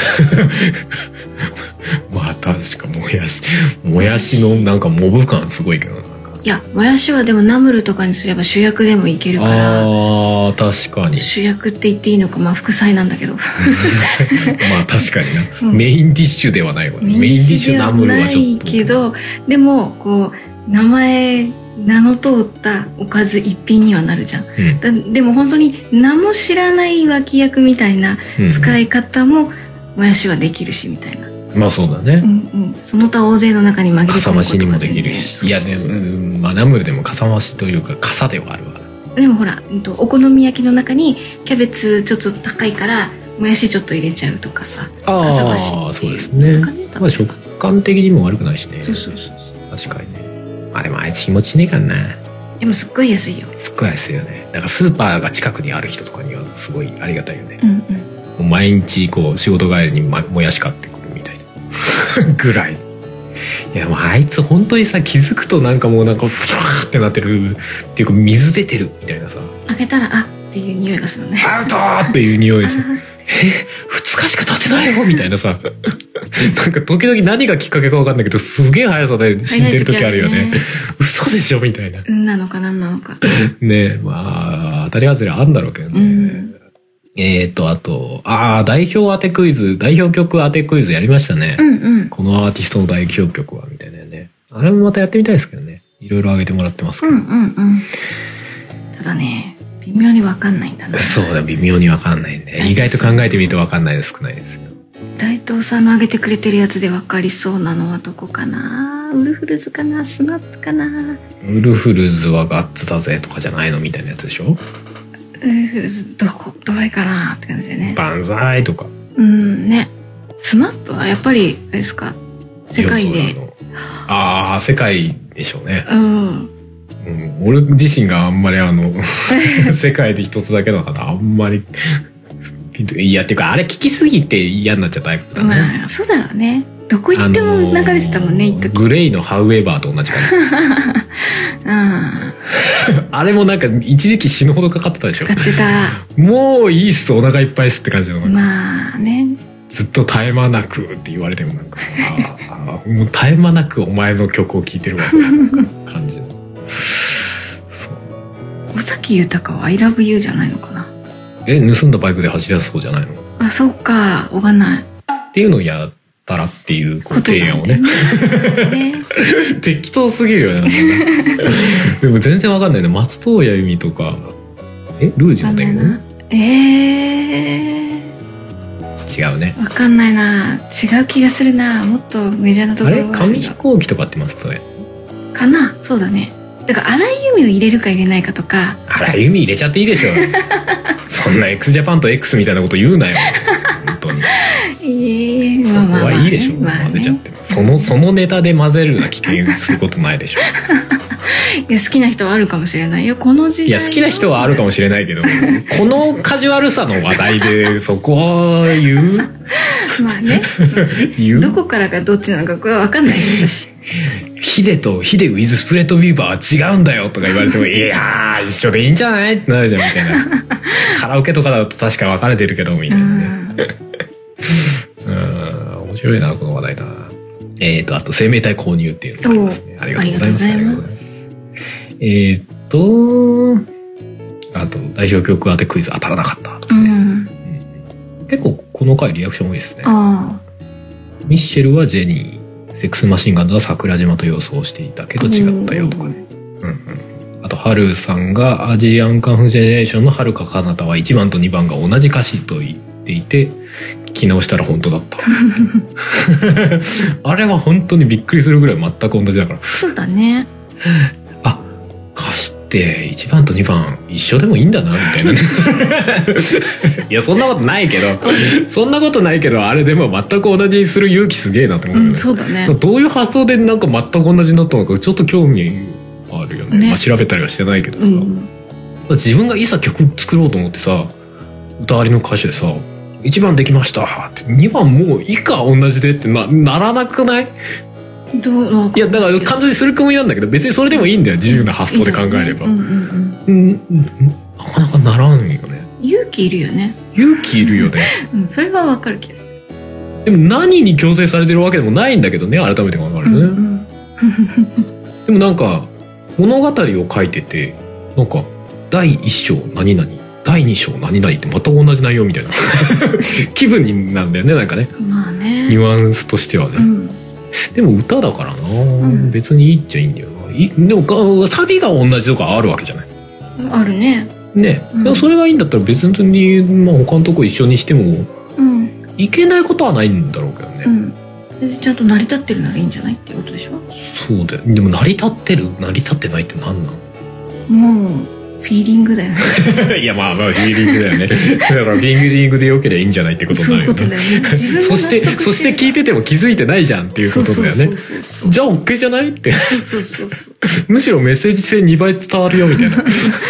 まあ確かもやしもやしのなんかモブ感すごいけど、なんかいや、もやしはでもナムルとかにすれば主役でもいけるから。 あー確かに主役って言っていいのか、まあ副菜なんだけどまあ確かにな、うん、メインディッシュではないわね。メインディッシュナムルはちょっとないけど、でもこう名前名の通ったおかず一品にはなるじゃん、うん、だでも本当に名も知らない脇役みたいな使い方ももやしはできるしみたいな。 まあそうだね、 うんうん、その他大勢の中に紛れ込むことがかさ増しにもできるし、いやでも、まあ、ナムルでもかさ増しというかかさではあるわ。 でもほらお好み焼きの中にキャベツちょっと高いからもやしちょっと入れちゃうとかさ、 あかさ増しあそうですね、まあ、食感的にも悪くないしね。 そうそうそう確かにね。まあでもあいつ日持ちねえからな。 でもすっごい安いよ。 すっごい安いよね。だからスーパーが近くにある人とかにはすごいありがたいよね、 うんうん、 もう毎日こう仕事帰りにもやし買ってくるみたいなぐらい。いやもうあいつ本当にさ、気づくとなんかもうなんかフラーってなってるっていうか水出てるみたいなさ、 開けたらあっていう匂いがするね。 アウトーっていう匂いですよ。えふつかしか経ってないよみたいなさなんか時々何がきっかけか分かんないけどすげえ速さで死んでる時あるよね。嘘でしょみたいな。 なのかなんなのかねえ、まあ当たり外れあんだろうけどね、うん、えーとあとああ代表当てクイズ、代表曲当てクイズやりましたね、 うんうん、 このアーティストの代表曲はみたいなね。あれもまたやってみたいですけどね。いろいろ上げてもらってますけど、 うんうんうん、ただね微妙に分かんないんだな。 そうだ、微妙に分かんないんで、意外と考えてみると分かんないで少ないですよ。 大東さんの上げてくれてるやつで分かりそうなのはどこかな。ウルフルズかな、スマップかな。 ウルフルズはガッツだぜとかじゃないのみたいなやつでしょ。ウルフルズどこどれかなって感じだよね。 バンザイとか。 うんね。スマップはやっぱりあれですか、世界で。ああ世界でしょうね。 うんうん、俺自身があんまりあの世界で一つだけだからあんまりいやっていうかあれ聞きすぎて嫌になっちゃったタイプだね。 まあそうだろうね。どこ行っても流れてたもんね、 あのー、一時グレイのハウエバーと同じ感じうんあれもなんか一時期死ぬほどかかってたでしょ。 かかってた。 もういいっすお腹いっぱいっすって感じの。 まあね、ずっと絶え間なくって言われてもなんかああもう絶え間なくお前の曲を聴いてるわって感じの尾崎豊は I love you じゃないのかな。 え盗んだバイクで走り出す方じゃないの。 あそっか、わかんないっていうのをやったらっていう提案をねね適当すぎるよねでも全然わかんないね。松任谷由実とかえルージュの伝言えー、違うね。 わかんないな。違う気がするな。もっとメジャーなところはあれ紙飛行機とかってますそれかな。そうだね。だから荒井由実を入れるか入れないかとか。 荒井由実入れちゃっていいでしょそんな x ジャパンと X みたいなこと言うなよ本当にええー、 そこはいいでしょ、まあまあ混ぜちゃって、そのそのネタで混ぜるな危険することないでしょいや好きな人はあるかもしれないよこの時代。 いや好きな人はあるかもしれないけどこのカジュアルさの話題でそこは言うまあね、言うどこからがどっちなのかこれは分かんないしヒデとヒデウィズスプレッドビーバーは違うんだよとか言われてもいやー一緒でいいんじゃないってなるじゃんみたいなカラオケとかだと確か分かれてるけどみたいなねうん面白いなこの話題だな。えーとあと生命体購入っていうのがありますね。ありがとうございます。ありがとうございます。えーとあと代表曲当てクイズ当たらなかったとかね、うん、結構この回リアクション多いですね。 あミッシェルはジェニー、セックスマシンガンズは桜島と予想していたけど違ったよとかね、うんうん、あとハルさんがアジアンカンフージェネレーションのはるか彼方はいちばんとにばんが同じ歌詞と言っていて聞き直したら本当だったあれは本当にびっくりするぐらい全く同じだから。 そうだね。 あ、歌詞っていちばんとにばん一緒でもいいんだなみたいなねいやそんなことないけどそんなことないけどあれでも全く同じにする勇気すげえなと思うよね、うん、 そうだね。 どういう発想でなんか全く同じになったのかちょっと興味あるよね、ね、まあ、調べたりはしてないけどさ、うん、自分がいざ曲作ろうと思ってさ歌ありの歌手でさいちばんできましたってにばんもう以下同じでって な, ならなくない？ どういやだから完全にする組なんだけど別にそれでもいいんだよ自由な発想で考えれば、うんうんうん、なかなかならんよね。 勇気いるよね。 勇気いるよね、 うん、それはわかる気がする。 でも何に強制されてるわけでもないんだけどね改めて考えるとね、うんうん、でもなんか物語を書いててなんかだいいっ章何々だいに章何々って全く同じ内容みたいな気分になるんだよねなんかね、 まあね、 ニュアンスとしてはね、うん、でも歌だからな、うん、別にいいっちゃいいんだよな。でもサビが同じとかあるわけじゃない。 あるね。 ね、うん、それがいいんだったら別に、まあ、他のとこ一緒にしても、うん、いけないことはないんだろうけどね、 うん、ちゃんと成り立ってるならいいんじゃないっていうことでしょ。 そうだよ。でも成り立ってる成り立ってないって何なの？ もうフィーリングだよねいやまあまあフィーリングだよねだからフィーリングでよければいいんじゃないってことになるよね。そういうことだよね。自分そしてそして聞いてても気づいてないじゃんっていうことだよね。じゃあ OK じゃないってそうそうそうむしろメッセージ性にばい伝わるよみたいな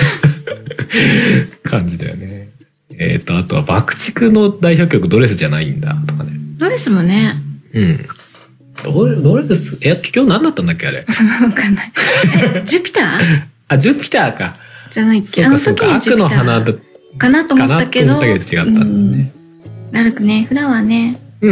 感じだよね。えっとあとは爆竹の代表曲ドレスじゃないんだとかね。 ドレスもね。 うんドレ、ドレスえ結局何だったんだっけあれ。 分かんないえジュピターあジュピターかじゃないっけ。あの時にジュピター悪の花だかなと思ったけど、 かなと思ったけど違ったんだね。 ラルクね、フラワーね。 うんうん。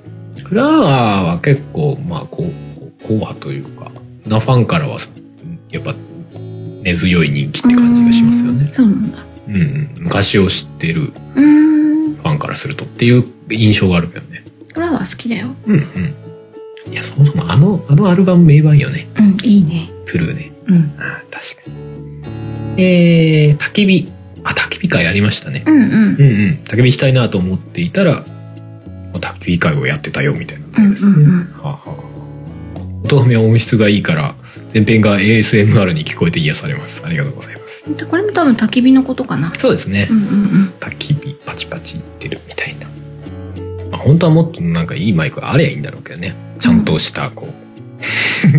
フラワーは結構まあこう硬派というか、なファンからはやっぱ根強い人気って感じがしますよね。 そうなんだ。 うん、昔を知ってるファンからするとっていう印象があるけどね。 フラワー好きだよ。 うんうん。いやそもそもあのあのアルバム名盤よね。 うん、いいね。 トゥルーね。 うん。 あ確かに。えー、焚き火。あ、焚き火会ありましたね。 うんうん。うんうん。焚き火したいなと思っていたら、焚き火会をやってたよみたいな感じですね。うんうんうん、はあはあ、音がめは音質がいいから、前編が エーエスエムアール に聞こえて癒されます。ありがとうございます。 これも多分焚き火のことかな。 そうですね。 うんうんうん、 焚き火パチパチいってるみたいな。まあ、本当はもっとなんかいいマイクがありゃいいんだろうけどね。ちゃんとしたこう、うん、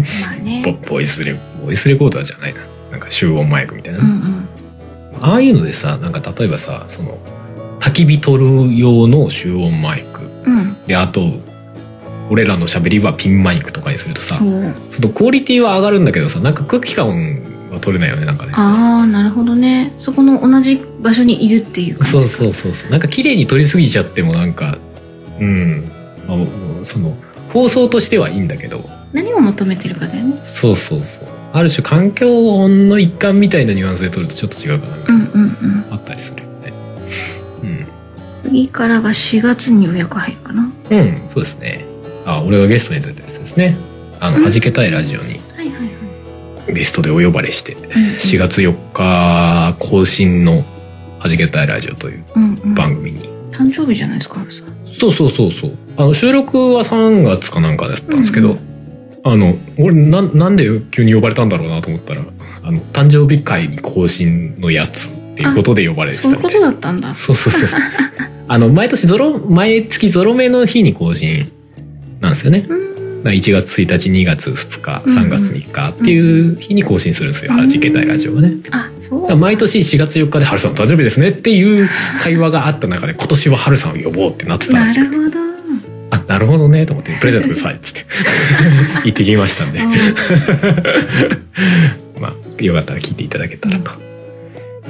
まあね、ボイスレボイスレコーダーじゃないな。なんか集音マイクみたいな、うんうん、ああいうのでさなんか例えばさその焚き火撮る用の集音マイク、うん、であと俺らの喋りはピンマイクとかにするとさ、うん、そのクオリティは上がるんだけどさなんか空気感は取れないよねなんかね。 ああなるほどね。そこの同じ場所にいるっていう感じ。 そうそうそうそう。なんか綺麗に撮りすぎちゃってもなんかうん、まあ、その放送としてはいいんだけど何を求めてるかだよね。 そうそうそう。ある種環境音の一環みたいなニュアンスで撮るとちょっと違うかな、うんうんうん、あったりするよね、うん、 次からがしがつに予約入るかな。 うんそうですね。あ俺がゲストに出てるやつですね。あの、うん、はじけたいラジオにゲストでお呼ばれして、うんうん、しがつよっか更新のはじけたいラジオという番組に、 うんうん、誕生日じゃないですかハルさん。 そうそうそうそう。あの収録はさんがつかなんかだったんですけど、うんうん、あの俺ななんで急に呼ばれたんだろうなと思ったらあの誕生日会に更新のやつっていうことで呼ばれてたみたいな。 そういうことだったんだ。 そうそうそうあの毎年ゾロ毎月ゾロ目の日に更新なんですよね。いちがつついたちにがつふつかさんがつみっかっていう日に更新するんですよ、はじけたいラジオがね。 あそうだ毎年しがつよっかで春さん誕生日ですねっていう会話があった中で今年は春さんを呼ぼうってなってたらしくて、 なるほどあなるほどねと思ってプレゼントくださいっつって行ってきましたんでまあよかったら聞いていただけたらと、うん、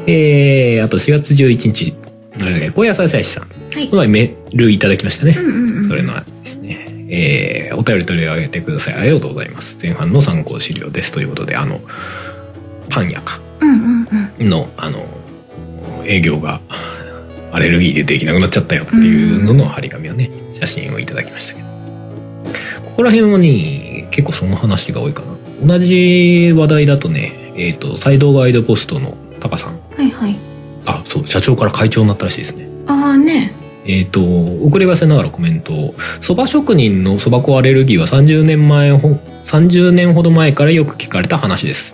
えー、あとしがつじゅういちにち小野菜菜師さん、はい、この前メールいただきましたね、うんうんうん、それのですね、えー、お便り取り上げてくださいありがとうございます。前半の参考資料ですということであのパン屋かの、うんうんうん、あの営業がアレルギーでできなくなっちゃったよっていうのの張り紙をね写真をいただきましたけど、ここら辺はね結構その話が多いかな。同じ話題だとねえっ、ー、とサイドガイドポストのタカさん、 はいはい、 あそう社長から会長になったらしいですね。 ああねえっ、ー、と遅ればせながらコメントを、そば職人のそば粉アレルギーはさんじゅうねんまえほさんじゅうねんほど前からよく聞かれた話です。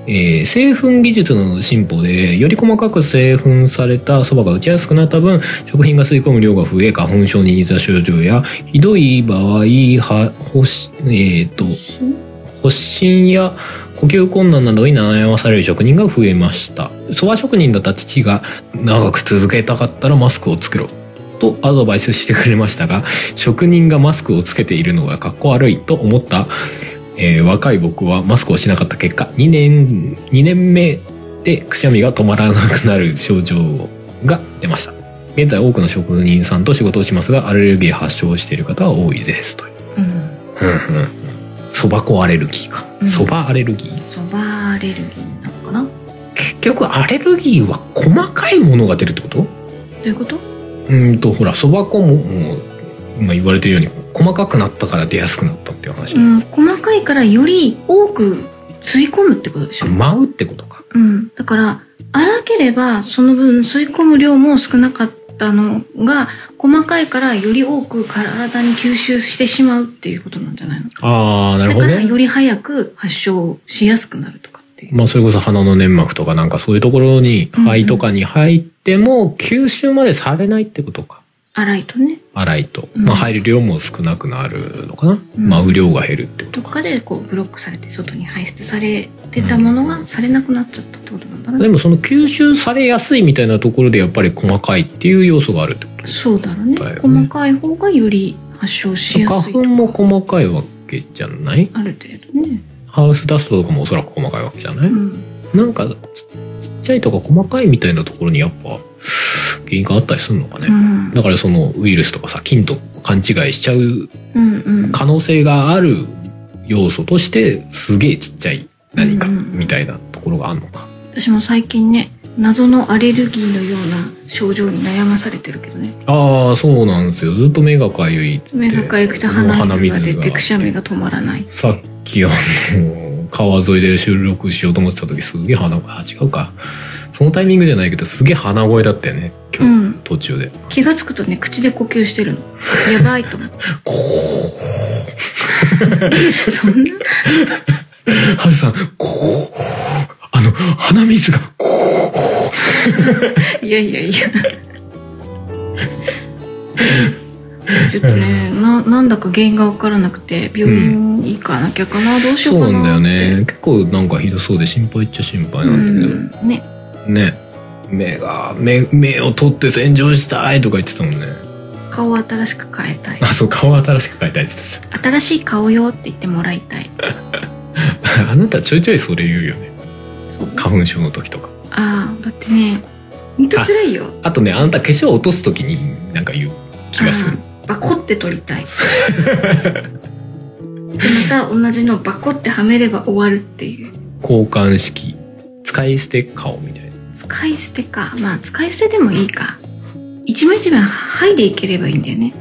えー、製粉技術の進歩でより細かく製粉されたそばが打ちやすくなった分、食品が吸い込む量が増え、花粉症に似た症状やひどい場合は発、えー、と発疹や呼吸困難などに悩まされる職人が増えました。そば職人だった父が長く続けたかったらマスクをつけろとアドバイスしてくれましたが、職人がマスクをつけているのがかっこ悪いと思った、えー、若い僕はマスクをしなかった結果、にねんにねんめでくしゃみが止まらなくなる症状が出ました。現在多くの職人さんと仕事をしますが、アレルギー発症している方は多いですという。うんうんうん。そば粉アレルギーか。そば、うん、アレルギー。 そばアレルギーなのかな。 結局アレルギーは細かいものが出るってこと？どういうこと？ うんとほらそば粉も、もう今言われてるように細かくなったから出やすくなったっていう話。 うん、細かいからより多く吸い込むってことでしょ。 舞うってことか。 うん。だから粗ければその分吸い込む量も少なかったのが細かいからより多く体に吸収してしまうっていうことなんじゃないの？ ああ、なるほどね。 だからより早く発症しやすくなるとかっていう。 まあそれこそ鼻の粘膜とかなんかそういうところに肺とかに入っても吸収までされないってことか。 粗いとね。 粗いと、まあ入る量も少なくなるのかな。うん、まあ雨量が減るってことか。 どっかでこうブロックされて外に排出されてたものがされなくなっちゃったってことなんだね。 でもその吸収されやすいみたいなところでやっぱり細かいっていう要素があるってこと。 そうだろうね。細かい方がより発症しやすい。 花粉も細かいわけじゃない？ ある程度ね。 ハウスダストとかもおそらく細かいわけじゃない？うん、なんかちっちゃいとか細かいみたいなところにやっぱ原因があったりするのかね。うん、だからそのウイルスとかさ菌と勘違いしちゃう可能性がある要素としてすげえちっちゃい何かみたいなところがあるのか。 私も最近ね謎のアレルギーのような症状に悩まされてるけどね。 ああそうなんですよ。ずっと目がかゆいって。 目がかゆくて鼻水が出てくしゃみが止まらない。 さっきあの川沿いで収録しようと思ってた時すげえ鼻あ違うかそのタイミングじゃないけどすげえ鼻声だったよね今日、うん、途中で気がつくとね口で呼吸してるのやばいと思ってそんなはるさんこうあの鼻水がこういやいやいやちょっとねななんだか原因が分からなくて病院行かなきゃかな、うん、どうしようかなって。 そうなんだよね。結構なんかひどそうで心配っちゃ心配なんだけど、 うん、ねね目が目目を取って洗浄したいとか言ってたもんね。 顔を新しく変えたい。 あそう顔を新しく変えたいって言ってた。 新しい顔よって言ってもらいたいあなたちょいちょいそれ言うよね。そう花粉症の時とか。 ああだってねほんと辛いよ。 あ, あとねあんた化粧落とす時になんか言う気がする。 バコって取りたいまた同じのバコってはめれば終わるっていう。 交換式使い捨て顔みたいな。 使い捨てか。まあ使い捨てでもいいか。一枚一枚剥いでいければいいんだよね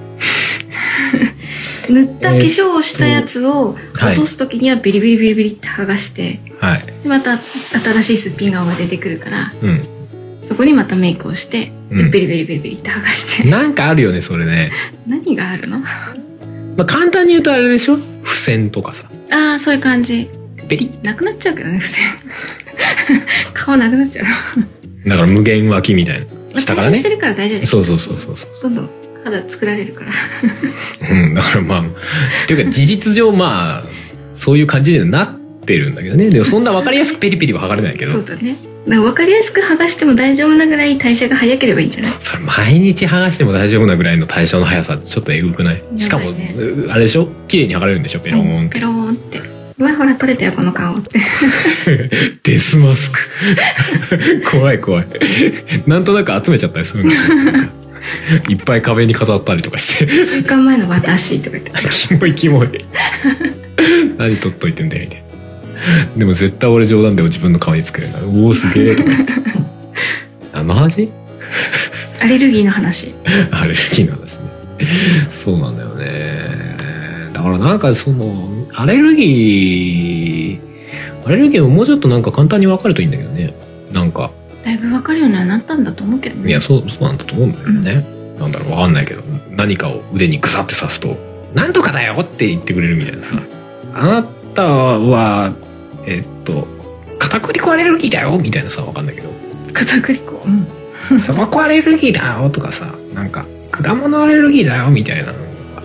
塗った化粧をしたやつを落とす時にはビリビリビリビリって剥がして、はい、でまた新しいすっぴん顔が出てくるから、うん、そこにまたメイクをして、うん、ビリビリビリビリって剥がして。 なんかあるよねそれね。 何があるの？まあ簡単に言うとあれでしょ、付箋とかさ。 ああそういう感じ。 ベリなくなっちゃうけどね付箋顔なくなっちゃうだから無限脇みたいな下からねしてるから大丈夫です。 そうそうそうそうそうどんどん肌作られるからうんだからまあっていうか事実上まあそういう感じになってるんだけどね。でもそんな分かりやすくペリペリは剥がれないけどそうだね。だから分かりやすく剥がしても大丈夫なぐらい代謝が早ければいいんじゃない？ それ毎日剥がしても大丈夫なぐらいの代謝の速さちょっとえぐくない？しかもあれでしょ綺麗に剥がれるんでしょペローンって、うん、 ペローンってうわほら取れたよこの顔ってデスマスク怖い怖いなんとなく集めちゃったりするんでしょいっぱい壁に飾ったりとかしていっしゅうかんまえの私とか言ってキモいキモい何取っといてんだよみたいな。でも絶対俺冗談でも自分の顔に作れるな。おおすげえとか言ってあマジアレルギーの話アレルギーの話ねそうなんだよね。だからなんかそのアレルギーアレルギーももうちょっとなんか簡単に分かるといいんだけどね。なんかだいぶ分かるようにはなったんだと思うけどね。 いやそうそうなんだと思うんだけどね、うん、なんだろう分かんないけど何かを腕にグサって刺すとなんとかだよって言ってくれるみたいなさ。あなたはえっと片栗粉アレルギーだよみたいなさ、わかんないけど、 片栗粉、うん、 タバコアレルギーだよとかさ、なんか果物アレルギーだよみたいなのが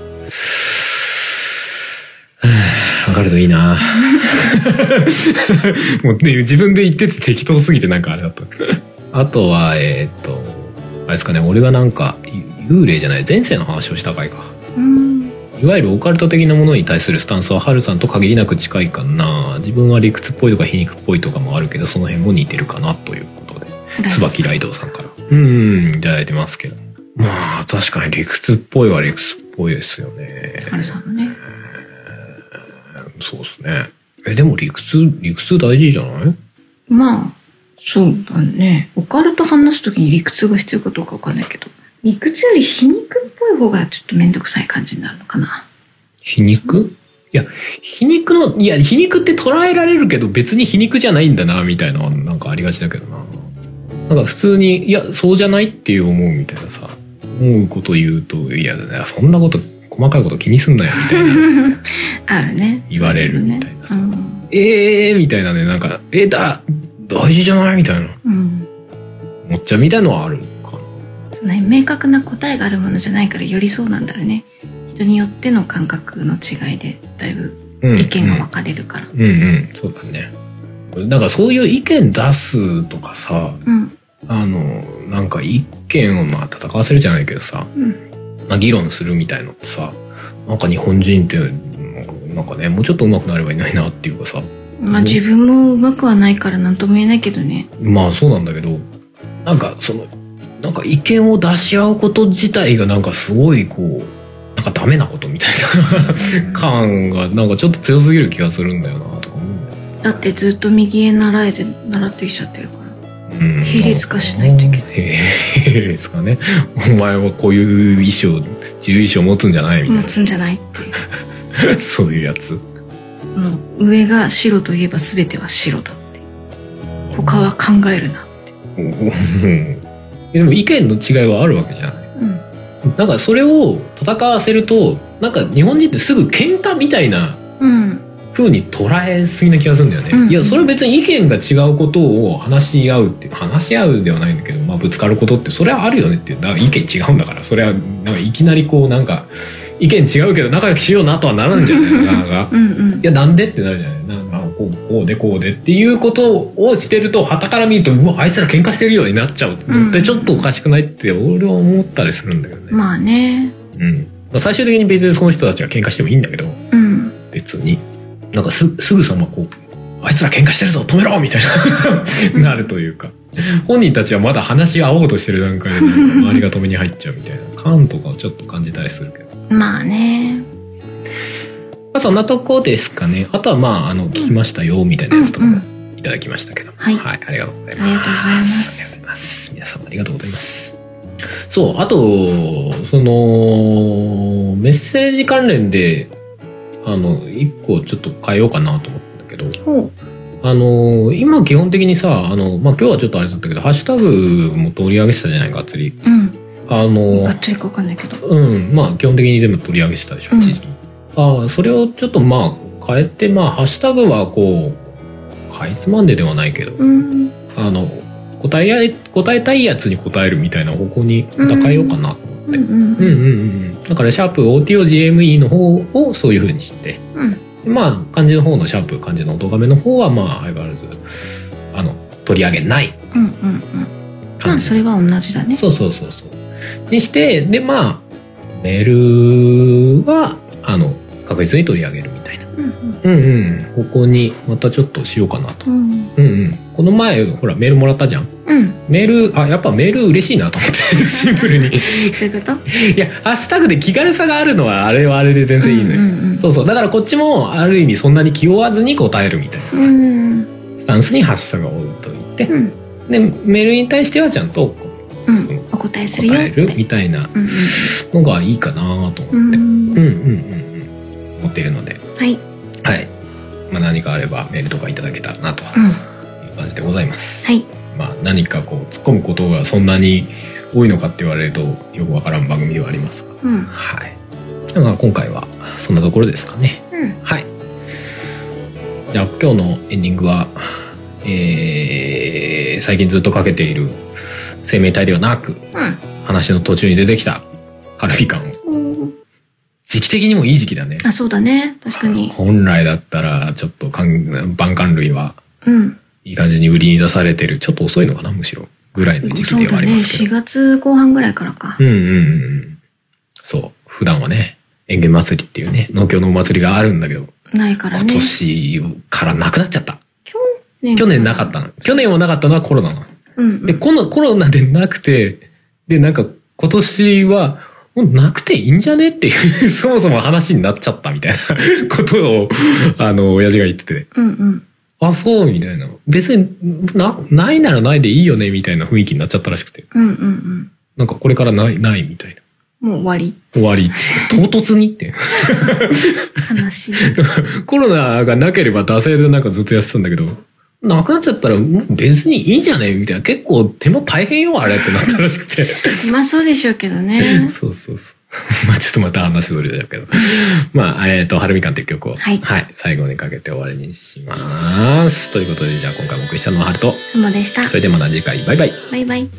わかるといいなもう、ね、自分で言ってて適当すぎてなんかあれだったあとはえー、っとあれですかね、俺がなんか幽霊じゃない前世の話をした回か、うん、いわゆるオカルト的なものに対するスタンスはハルさんと限りなく近いかな。自分は理屈っぽいとか皮肉っぽいとかもあるけど、その辺も似てるかなということで、椿ライドウさんからうんいただいてますけど、まあ確かに理屈っぽいは理屈っぽいですよね、 ハルさんのね、 えー、そうですね。えでも理屈理屈大事じゃない？ まあそうだね。オカルト話すときに理屈が必要かどうかわかんないけど、理屈より皮肉っぽい方がちょっとめんどくさい感じになるのかな。 皮肉？うん、いや皮肉のいや皮肉って捉えられるけど別に皮肉じゃないんだなみたいなのはなんかありがちだけどな。なんか普通にいやそうじゃないっていう思うみたいなさ、思うこと言うといやそんなこと細かいこと気にすんなよみたいなあるね。 言われるみたいなさ、うん、えーみたいなね、なんかえー、だ大事じゃないみたいな、うん、思っちゃうみたいなのはあるかな。 その明確な答えがあるものじゃないからよりそうなんだろうね。人によっての感覚の違いでだいぶ意見が分かれるから、 うんうん、うんうん、そうだね。だからそういう意見出すとかさ、うん、あのなんか意見をまあ戦わせるじゃないけどさ、うん、まあ、議論するみたいのってさ、なんか日本人ってなんかねもうちょっと上手くなればいないなっていうかさ、 まあ自分も上手くはないから何とも言えないけどね。 まあそうなんだけど、なんかそのなんか意見を出し合うこと自体がなんかすごいこうなんかダメなことみたいな感がなんかちょっと強すぎる気がするんだよなとか思うんだよね。 だってずっと右へ習えて習ってきちゃってるから、うん、並列化しないといけない。 並列化ね。お前はこういう衣装自由意志を持つんじゃないみたいな。 持つんじゃないってそういうやつ。 もう上が白といえば全ては白だって他は考えるなって。 でも意見の違いはあるわけじゃない、うん、なんかそれを戦わせるとなんか日本人ってすぐ喧嘩みたいな風に捉えすぎな気がするんだよね、うん、いやそれは別に意見が違うことを話し合うって話し合うではないんだけど、まあ、ぶつかることってそれはあるよねっていう。だから意見違うんだからそれはなんかいきなりこうなんか意見違うけど仲良くしようなとはならんじゃないなんかうん、うん、いやなんでってなるじゃない。なんかこうこうでこうでっていうことをしてると傍から見るとうわあいつら喧嘩してるようになっちゃう、うん、絶対ちょっとおかしくないって俺は思ったりするんだけどね。 まあね、 うん、まあ、最終的に別にその人たちが喧嘩してもいいんだけど、うん、別になんか す, すぐさまこうあいつら喧嘩してるぞ止めろみたいななるというか本人たちはまだ話し合おうとしてる段階でなんか周りが止めに入っちゃうみたいな感とかをちょっと感じたりするけどまあね、 まあ、そんなとこですかね。あとはまああの聞きましたよみたいなやつとかもいただきましたけど、うんうん、はい、はい、ありがとうございます。 ありがとうございます。 ありがとうございます。皆様ありがとうございます。そう、あとそのメッセージ関連であの一個ちょっと変えようかなと思ったんだけど、あの今基本的にさあの、まあ、今日はちょっとあれだったけどハッシュタグも取り上げてたじゃないかっつり、うん、あのがっつりか分かんないけど、 うんまあ基本的に全部取り上げてたでしょ、うん、一時期。ああそれをちょっとまあ変えて、まあハッシュタグはこうかいつまんでではないけど、うん、あの答えや答えたいやつに答えるみたいな方向にまた変えようかなと思って、うんうんうんうん、だからシャープ オーティーオージーエムイー の方をそういう風にして、うん、まあ漢字の方のシャープ漢字の音がめの方はまあ相変わらずあの取り上げない感じ、うんうんうん、 まあそれは同じだね。 そうそうそうそうにしてでまあメールはあの確実に取り上げるみたいな、うんうんうんうん、ここにまたちょっとしようかなと、うんうんうん、この前ほらメールもらったじゃん、うん、メールあやっぱメール嬉しいなと思ってシンプルにそういうこといやハッシュタグで気軽さがあるのはあれはあれで全然いいのよ、うんうんうん、そうそうだからこっちもある意味そんなに気負わずに答えるみたいな、うん、スタンスにハッシュタグを置いといて、うん、でメールに対してはちゃんとこう、うん、お答えするよって答えるみたいなのがいいかなと思って、うん、うんうんうん思っているので、はい、はい、まあ、何かあればメールとかいただけたらなという感じでございます。はい、まあ何かこう突っ込むことがそんなに多いのかって言われるとよくわからん番組ではありますが、うん、はい。まあ今回はそんなところですかね。うん、はい。じゃあ今日のエンディングは、 えー、最近ずっとかけている生命体ではなく、うん、話の途中に出てきたハルミカン。時期的にもいい時期だね。 あ、そうだね。確かに。 本来だったら、ちょっと晩柑類は、うん。いい感じに売りに出されてる。ちょっと遅いのかな、むしろ。ぐらいの時期ではありますけど。 そうだね。しがつこう半ぐらいからか。 うんうんうん。そう。普段はね、園芸祭りっていうね、農協のお祭りがあるんだけど。 ないからね。 今年からなくなっちゃった。 去年去年なかったの。去年はなかったのはコロナなの。 うんうん、 で、このコロナでなくて、で、なんか今年は、もうなくていいんじゃねっていう、そもそも話になっちゃったみたいなことを、あの、親父が言ってて。 うんうん。 あ、そうみたいな。別にな、ないならないでいいよねみたいな雰囲気になっちゃったらしくて。 うんうんうん。 なんかこれからない、ないみたいな。もう終わり。 終わり。唐突にって。 悲しい。 コロナがなければ惰性でなんかずっとやってたんだけど、なくなっちゃったら別にいいじゃねみたいな。結構手も大変よあれってなったらしくて。 まあそうでしょうけどね。 そうそうそう。まあちょっとまた話それだけど。まあ、えっと、はるみかんという曲を、はい、はい、最後にかけて終わりにします。ということで、じゃあ今回もお送りしたのははると。 ふもでした。 それではまた次回、バイバイ。 バイバイ。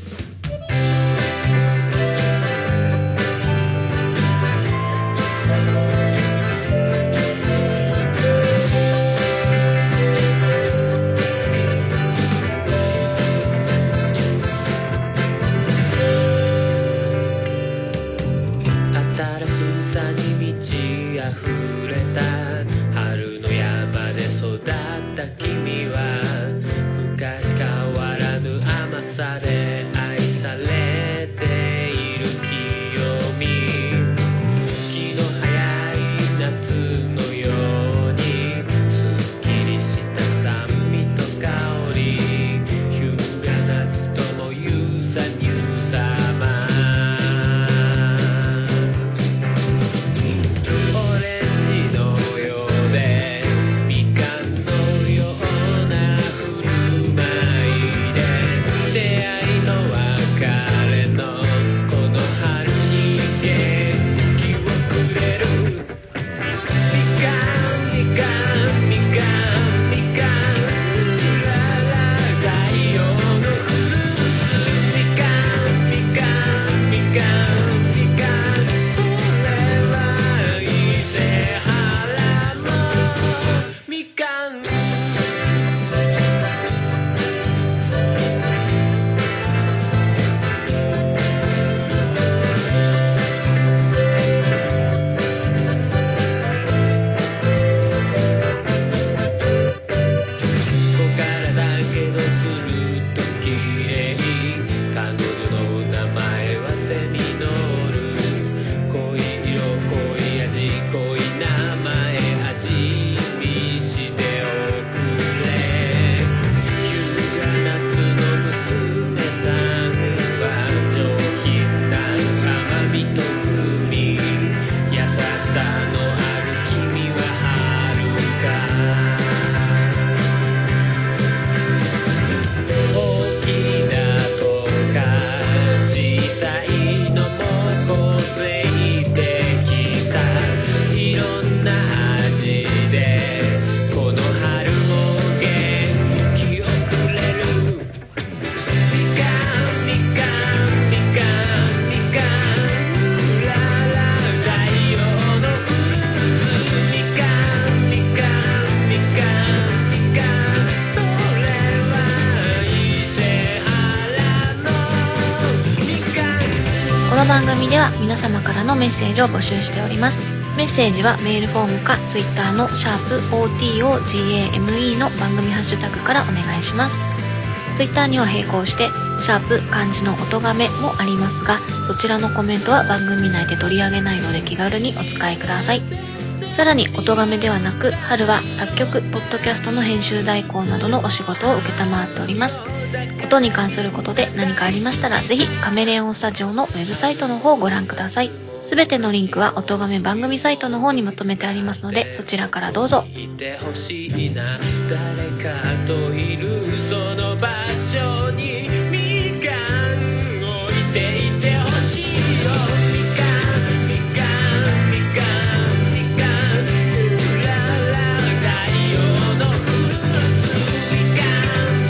番組では皆様からのメッセージを募集しております。メッセージはメールフォームか Twitter のシャープ オーティーオージーエーエムイー の番組ハッシュタグからお願いします。Twitter には並行してシャープ漢字の音がめもありますが、そちらのコメントは番組内で取り上げないので気軽にお使いください。さらに音がめではなく、春は作曲、ポッドキャストの編集代行などのお仕事を承っております。音に関することで何かありましたら、ぜひカメレオンスタジオのウェブサイトの方をご覧ください。すべてのリンクは音がめ番組サイトの方にまとめてありますので、そちらからどうぞ。いてほしいな、誰かといるその場所にみかん置いていてほしいよ。みかんみかんみかんみかんうらら太陽のフルーツみかん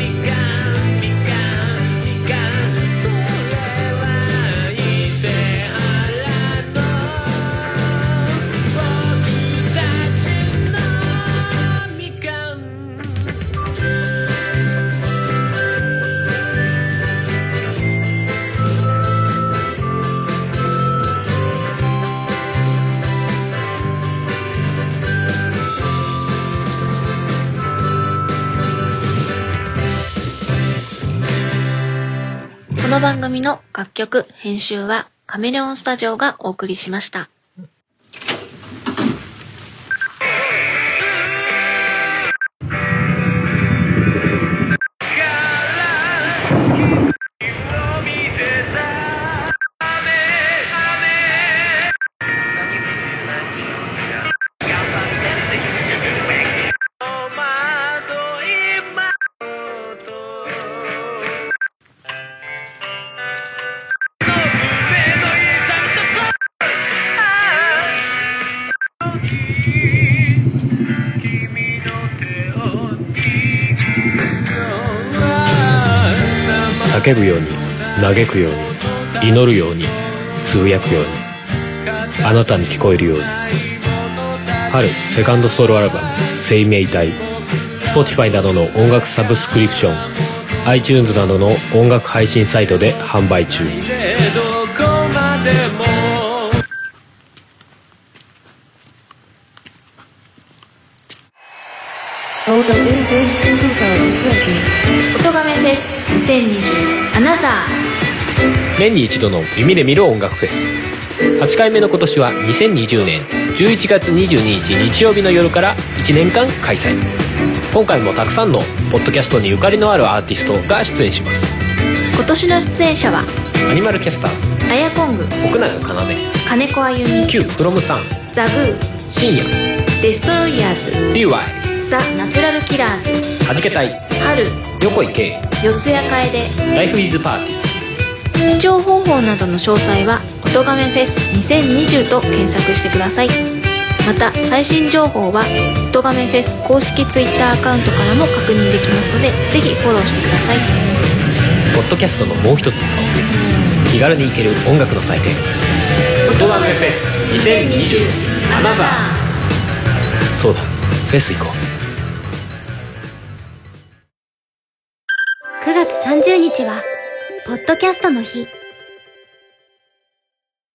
の番組の楽曲編集はカメレオンスタジオがお送りしました。 叫ぶように嘆くように祈るようにつぶやくようにあなたに聞こえるように。春セカンドソロアルバム生命体 Spotify などの音楽サブスクリプション iTunes などの音楽配信サイトで販売中。 音亀フェスにせんにじゅうアナザー。 年に一度の耳で見る音楽フェス。はちかいめの今年はにせんにじゅうねんじゅういちがつにじゅうににち日曜日の夜からいちねんかん開催。今回もたくさんのポッドキャストにゆかりのあるアーティストが出演します。 今年の出演者はアニマルキャスターズ、 アヤコング、 奥永要、 金子あゆみ、 Q フロムさん、 ザグー、 深夜、 デストロイヤーズ、 ディーワイ、 ザ・ナチュラルキラーズ、 はじけたい、 春、 横井圭、 四谷楓、 ライフイズパーティー。 視聴方法などの詳細は音亀フェスにせんにじゅうと検索してください。また最新情報は音亀フェス公式ツイッターアカウントからも確認できますので、ぜひフォローしてください。 ポッドキャストのもう一つの顔、気軽に行ける音楽の祭典音亀フェスにせんにじゅうアナザー。そうだ、フェス行こう。 くがつさんじゅうにちはポッドキャストの日。